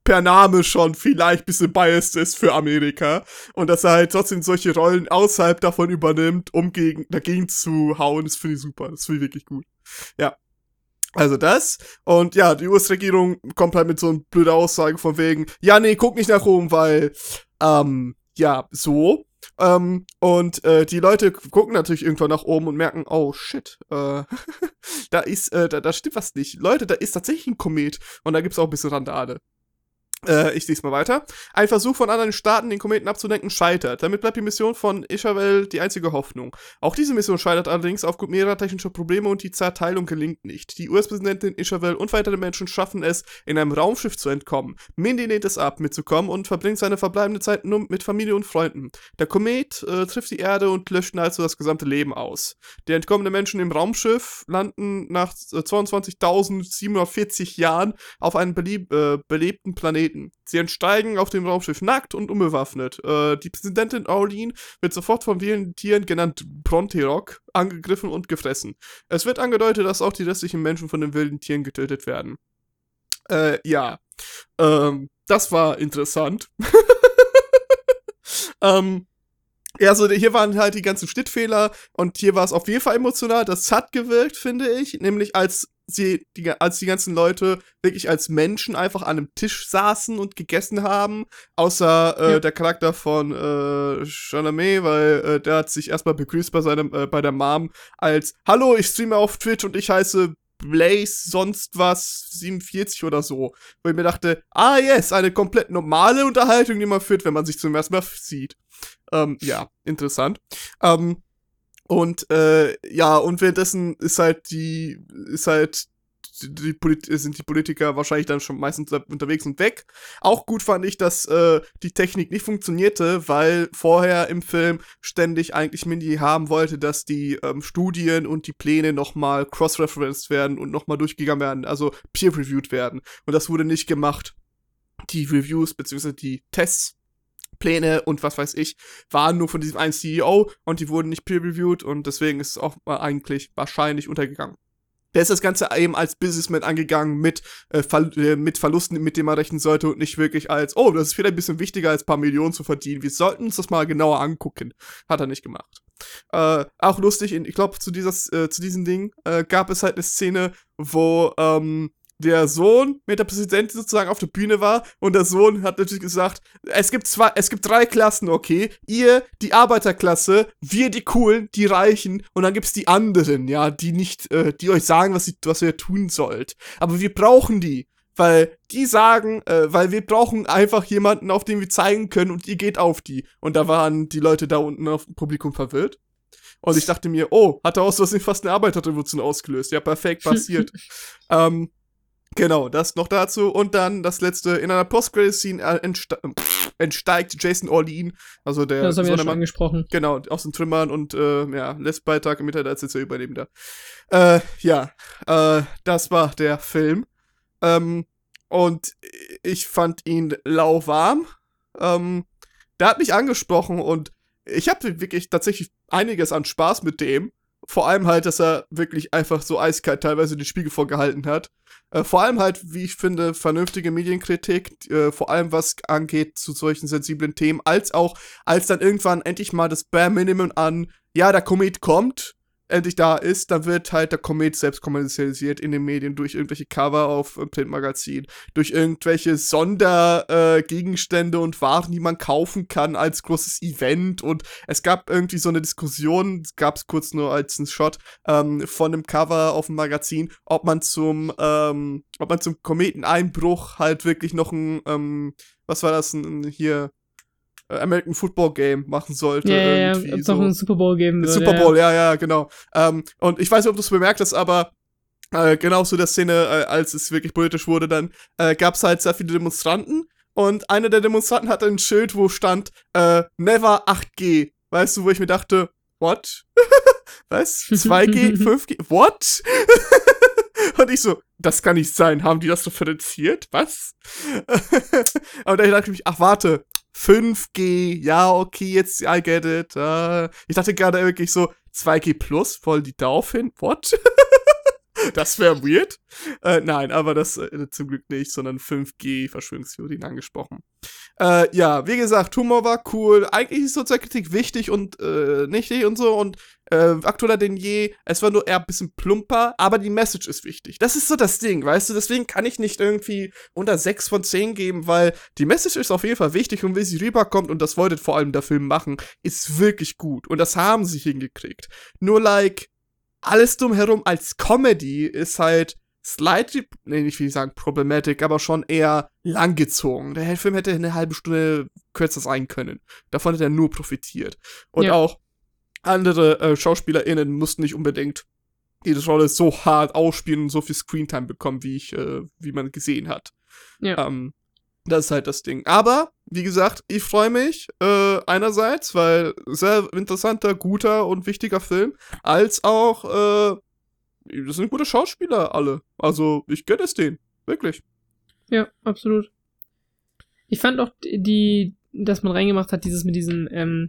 per Name schon vielleicht ein bisschen biased ist für Amerika und dass er halt trotzdem solche Rollen außerhalb davon übernimmt, um dagegen zu hauen, das finde ich super, das finde ich wirklich gut. Ja. Also das. Und ja, die US-Regierung kommt halt mit so einer blöden Aussage von wegen, ja, nee, guck nicht nach oben, weil, ja, so. Und die Leute gucken natürlich irgendwann nach oben und merken, oh shit, da stimmt was nicht. Leute, da ist tatsächlich ein Komet und da gibt's auch ein bisschen Randale. Ich lese mal weiter. Ein Versuch von anderen Staaten, den Kometen abzulenken, scheitert. Damit bleibt die Mission von Isabel die einzige Hoffnung. Auch diese Mission scheitert allerdings aufgrund mehrerer technischer Probleme und die Zerteilung gelingt nicht. Die US-Präsidentin Isabel und weitere Menschen schaffen es, in einem Raumschiff zu entkommen. Mindy lehnt es ab, mitzukommen und verbringt seine verbleibende Zeit nur mit Familie und Freunden. Der Komet trifft die Erde und löscht nahezu das gesamte Leben aus. Die entkommenen Menschen im Raumschiff landen nach 22.740 Jahren auf einem belebten Planeten. Sie entsteigen auf dem Raumschiff nackt und unbewaffnet. Die Präsidentin Orlean wird sofort von vielen Tieren, genannt Bronterock, angegriffen und gefressen. Es wird angedeutet, dass auch die restlichen Menschen von den wilden Tieren getötet werden. Ja. Das war interessant. Ja, also hier waren halt die ganzen Schnittfehler und hier war es auf jeden Fall emotional. Das hat gewirkt, finde ich, nämlich als die ganzen Leute wirklich als Menschen einfach an einem Tisch saßen und gegessen haben, außer der Charakter von Chalamet, weil der hat sich erstmal begrüßt bei der Mom als Hallo, ich streame auf Twitch und ich heiße Blaze sonst was 47 oder so. Wo ich mir dachte, yes, eine komplett normale Unterhaltung, die man führt, wenn man sich zum ersten Mal sieht. Ja, interessant. Und währenddessen sind die Politiker wahrscheinlich dann schon meistens unterwegs und weg. Auch gut fand ich, dass die Technik nicht funktionierte, weil vorher im Film ständig eigentlich Mindy haben wollte, dass die Studien und die Pläne nochmal cross-referenced werden und nochmal durchgegangen werden, also peer-reviewed werden. Und das wurde nicht gemacht. Die Reviews bzw. die Tests, Pläne und was weiß ich, waren nur von diesem einen CEO und die wurden nicht peer-reviewed und deswegen ist es auch eigentlich wahrscheinlich untergegangen. Der ist das Ganze eben als Businessman angegangen mit Verlusten, mit denen man rechnen sollte und nicht wirklich als, oh, das ist vielleicht ein bisschen wichtiger als ein paar Millionen zu verdienen. Wir sollten uns das mal genauer angucken. Hat er nicht gemacht. Auch lustig, ich glaube, zu diesem Ding gab es halt eine Szene, wo der Sohn mit der Präsidentin sozusagen auf der Bühne war und der Sohn hat natürlich gesagt, es gibt 3 Klassen, okay, ihr, die Arbeiterklasse, wir, die Coolen, die Reichen und dann gibt's die anderen, ja, die nicht, die euch sagen, was ihr tun sollt. Aber wir brauchen die, weil die sagen, weil wir brauchen einfach jemanden, auf den wir zeigen können und ihr geht auf die. Und da waren die Leute da unten auf dem Publikum verwirrt. Und ich dachte mir, oh, hat er aus Versehen fast eine Arbeiterrevolution ausgelöst. Ja, perfekt, passiert. Genau, das noch dazu. Und dann das letzte, in einer Post-Credit-Scene entsteigt Jason Orlean, also der... Das haben wir ja schon angesprochen. Genau, aus den Trümmern und lässt Beitrag im Internet als Überlebender. Das war der Film. Und ich fand ihn lauwarm. Der hat mich angesprochen und ich habe wirklich tatsächlich einiges an Spaß mit dem. Vor allem halt, dass er wirklich einfach so eiskalt teilweise den Spiegel vorgehalten hat. Vor allem halt, wie ich finde, vernünftige Medienkritik, vor allem was angeht zu solchen sensiblen Themen, als dann irgendwann endlich mal das Bare Minimum an, ja, der Komet kommt, endlich da ist, dann wird halt der Komet selbst kommerzialisiert in den Medien durch irgendwelche Cover auf Printmagazin, durch irgendwelche Sondergegenstände und Waren, die man kaufen kann als großes Event und es gab irgendwie so eine Diskussion, gab es kurz nur als ein Shot von einem Cover auf dem Magazin, ob man zum Kometeneinbruch halt wirklich noch was war das, hier American Football Game machen sollte. Ja, es noch einen Super Bowl geben würde. Super Bowl, ja, genau. Und ich weiß nicht, ob du es bemerkt hast, aber genau zu der Szene, als es wirklich politisch wurde, dann gab es halt sehr viele Demonstranten und einer der Demonstranten hatte ein Schild, wo stand Never 8G. Weißt du, wo ich mir dachte, what? Was? 2G, 5G? What? Und ich so, das kann nicht sein. Haben die das differenziert? Was? Und dann dachte ich mich, ach warte, 5G, ja, okay, jetzt, I get it. Ich dachte gerade wirklich so, 2G plus, wollen die darauf hin? What? Das wäre weird. Nein, aber das zum Glück nicht, sondern 5G-Verschwörungstheorien angesprochen. Ja, wie gesagt, Humor war cool. Eigentlich ist Sozialkritik wichtig und nichtig und so und aktueller denn je. Es war nur eher ein bisschen plumper, aber die Message ist wichtig. Das ist so das Ding, weißt du? Deswegen kann ich nicht irgendwie unter 6 von 10 geben, weil die Message ist auf jeden Fall wichtig und wie sie rüberkommt und das wollte vor allem der Film machen, ist wirklich gut. Und das haben sie hingekriegt. Nur alles drumherum als Comedy ist halt slightly, nicht will ich sagen problematic, aber schon eher langgezogen. Der Film hätte eine halbe Stunde kürzer sein können. Davon hätte er nur profitiert. Und auch andere SchauspielerInnen mussten nicht unbedingt ihre Rolle so hart ausspielen und so viel Screentime bekommen, wie man gesehen hat. Ja. Das ist halt das Ding. Aber, wie gesagt, ich freue mich einerseits, weil sehr interessanter, guter und wichtiger Film, als auch das sind gute Schauspieler alle. Also, ich gönne es denen. Wirklich. Ja, absolut. Ich fand auch dass man reingemacht hat, dieses mit diesem,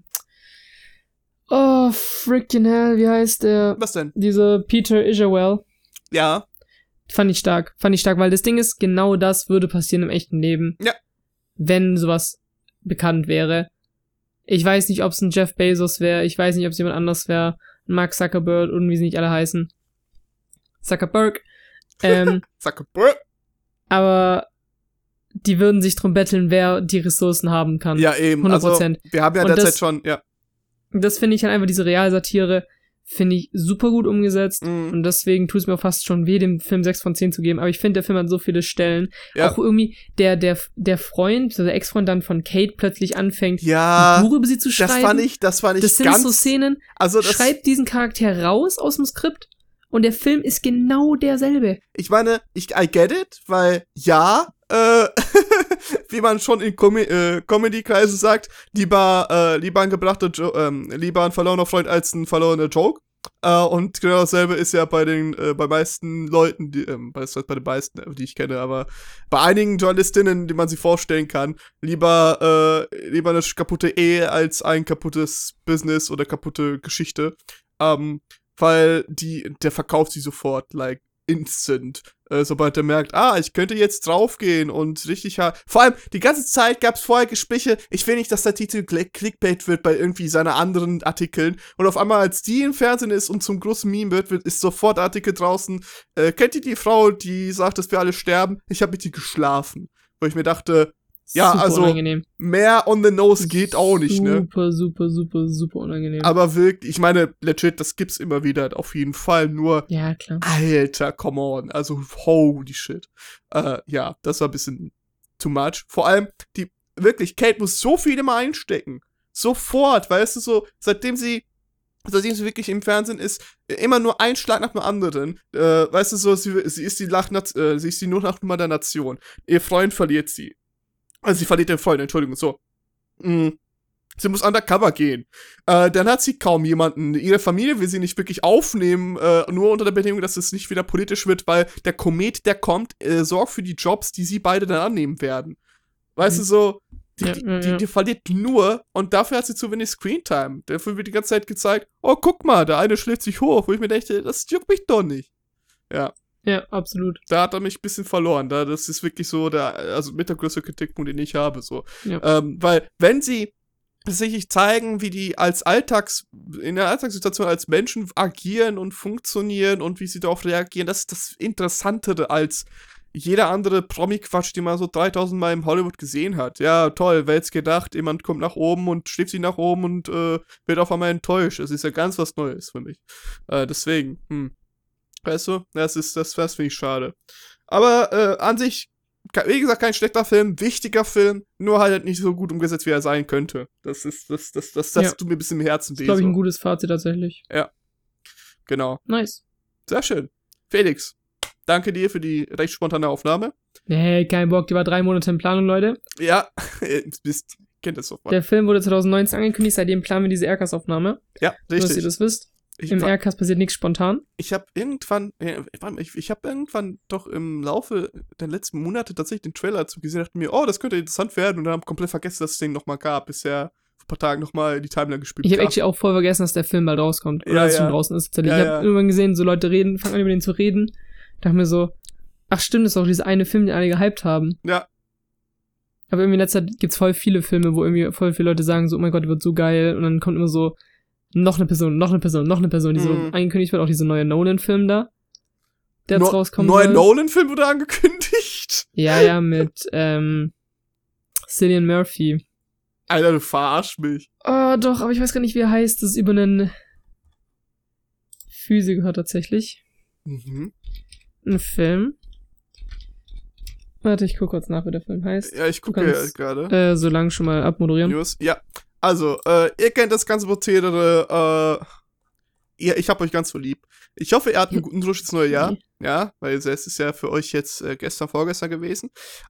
oh, freaking hell, wie heißt der? Was denn? Dieser Peter Isherwell. Ja. Fand ich stark, weil das Ding ist, genau das würde passieren im echten Leben. Ja. Wenn sowas bekannt wäre. Ich weiß nicht, ob es ein Jeff Bezos wäre, ich weiß nicht, ob es jemand anders wäre, Mark Zuckerberg und wie sie nicht alle heißen. Zuckerberg. Zuckerberg. Aber die würden sich drum betteln, wer die Ressourcen haben kann. Ja, eben. 100%. Also, wir haben ja derzeit schon, ja. Das finde ich halt einfach, diese Realsatire, finde ich super gut umgesetzt. Mhm. Und deswegen tut es mir auch fast schon weh, dem Film 6 von 10 zu geben. Aber ich finde, der Film hat so viele Stellen. Ja. Auch irgendwie der Freund, also der Ex-Freund dann von Kate plötzlich anfängt, ein Buch über sie zu schreiben. Das fand ich das sind ganz, so Szenen. Also schreibt diesen Charakter raus aus dem Skript. Und der Film ist genau derselbe. Ich meine, I get it, weil wie man schon in Comedy-Kreisen sagt, lieber ein verlorener Freund als ein verlorener Joke. Und genau dasselbe ist ja bei meisten Leuten, bei den meisten, die ich kenne, aber bei einigen Journalistinnen, die man sich vorstellen kann, lieber eine kaputte Ehe als ein kaputtes Business oder kaputte Geschichte. Weil der verkauft sie sofort, instant. Sobald er merkt, ich könnte jetzt draufgehen und richtig vor allem, die ganze Zeit gab es vorher Gespräche, ich will nicht, dass der Titel Clickbait wird bei irgendwie seiner anderen Artikeln und auf einmal, als die im Fernsehen ist und zum großen Meme ist sofort Artikel draußen, kennt ihr die Frau, die sagt, dass wir alle sterben? Ich habe mit ihr geschlafen. Wo ich mir dachte, ja, super also unangenehm. Mehr on the nose geht auch nicht, ne? Super unangenehm. Aber wirklich, ich meine, legit, das gibt's immer wieder, auf jeden Fall, nur ja, klar. Alter, come on, also holy shit. Ja, das war ein bisschen too much. Vor allem, wirklich, Kate muss so viel immer einstecken. Sofort, weißt du, so, seitdem sie wirklich im Fernsehen ist, immer nur ein Schlag nach dem anderen. Weißt du, so, sie ist die Notnachnummer der Nation. Ihr Freund verliert sie. Also sie verliert den Freund, Entschuldigung, so. Sie muss undercover gehen. Dann hat sie kaum jemanden. Ihre Familie will sie nicht wirklich aufnehmen, nur unter der Bedingung, dass es nicht wieder politisch wird, weil der Komet, der kommt, sorgt für die Jobs, die sie beide dann annehmen werden. Weißt du, so, die verliert nur und dafür hat sie zu wenig Screentime. Dafür wird die ganze Zeit gezeigt, oh, guck mal, der eine schläft sich hoch, wo ich mir dachte, das juckt mich doch nicht. Ja. Ja, absolut. Da hat er mich ein bisschen verloren. Das ist wirklich so mit der größte Kritikpunkt, den ich habe. So. Ja. Weil, wenn sie tatsächlich zeigen, wie die in der Alltagssituation als Menschen agieren und funktionieren und wie sie darauf reagieren, das ist das Interessantere als jeder andere Promi-Quatsch, den man so 3000 Mal im Hollywood gesehen hat. Ja, toll, wer jetzt gedacht, jemand kommt nach oben und schläft sie nach oben und wird auf einmal enttäuscht. Das ist ja ganz was Neues für mich. Deswegen, weißt du, das finde ich schade. Aber an sich, wie gesagt, kein schlechter Film, wichtiger Film, nur halt nicht so gut umgesetzt, wie er sein könnte. Das tut mir ein bisschen im Herzen weh. Das ist, glaube ich, ein gutes Fazit tatsächlich. Ja, genau. Nice. Sehr schön. Felix, danke dir für die recht spontane Aufnahme. Nee, kein Bock, die war 3 Monate in Planung, Leute. Ja, kennt das sofort. Der Film wurde 2019 angekündigt, seitdem planen wir diese Aircast-Aufnahme. Ja, richtig. Nur, dass ihr das wisst. Im Aircast passiert nichts spontan. Ich habe irgendwann doch im Laufe der letzten Monate tatsächlich den Trailer dazu gesehen und dachte mir, oh, das könnte interessant werden und dann habe komplett vergessen, dass es den nochmal gab, bisher vor ein paar Tagen nochmal die Timeline gespielt. Ich habe actually auch voll vergessen, dass der Film bald rauskommt. Oder dass es schon draußen ist. Ja, ich habe irgendwann gesehen, so Leute fangen an über den zu reden. Dachte mir so, ach stimmt, das ist auch dieser eine Film, den alle gehypt haben. Ja. Aber irgendwie in letzter Zeit gibt's voll viele Filme, wo irgendwie voll viele Leute sagen so, oh mein Gott, der wird so geil. Und dann kommt immer so noch eine Person, die so angekündigt wird. Auch dieser neue Nolan-Film da, der jetzt rauskommen soll. Neuer Nolan-Film wurde angekündigt? Ja, mit Cillian Murphy. Alter, du verarsch mich. Oh, doch, aber ich weiß gar nicht, wie er heißt. Das ist über einen Physiker tatsächlich. Mhm. Ein Film. Warte, ich gucke kurz nach, wie der Film heißt. Ja, ich gucke ja gerade. So lange schon mal abmoderieren. News. Ja, also, ihr kennt das ganze Prozedere. Ich hab euch ganz so lieb. Ich hoffe, ihr habt einen guten Rutsch ins neue Jahr. Ja, weil es ist ja für euch jetzt vorgestern gewesen.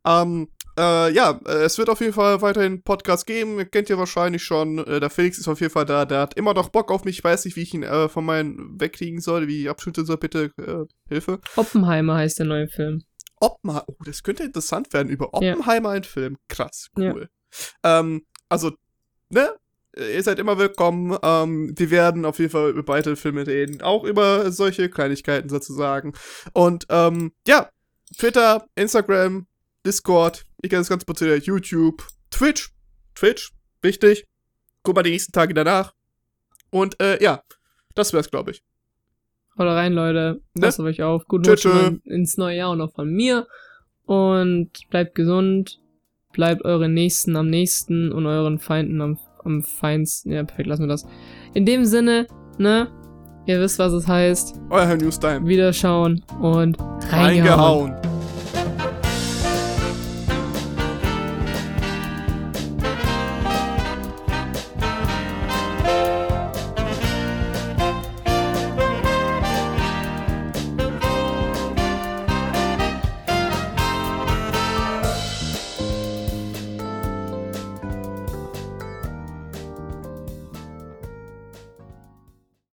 Es wird auf jeden Fall weiterhin Podcast geben. Ihr kennt ja wahrscheinlich schon. Der Felix ist auf jeden Fall da. Der hat immer noch Bock auf mich. Ich weiß nicht, wie ich ihn von meinen wegkriegen soll, wie ich abschütteln soll. Bitte, Hilfe. Oppenheimer heißt der neue Film. Oppenheimer. Oh, das könnte interessant werden. Über Oppenheimer ein Film. Krass, cool. Ja. Ihr seid immer willkommen. Wir werden auf jeden Fall über weitere Filme reden. Auch über solche Kleinigkeiten sozusagen. Und Twitter, Instagram, Discord, ich kenne das ganze Prozedere, YouTube, Twitch, wichtig. Guck mal die nächsten Tage danach. Und das wär's, glaube ich. Haut rein, Leute. Passt auf euch auf. Guten Rutsch ins neue Jahr und auch von mir. Und bleibt gesund. Bleibt euren Nächsten am nächsten und euren Feinden am feinsten. Ja, perfekt, lassen wir das. In dem Sinne, ne? Ihr wisst, was es heißt. Euer Herr Newstime. Wiederschauen und reingehauen.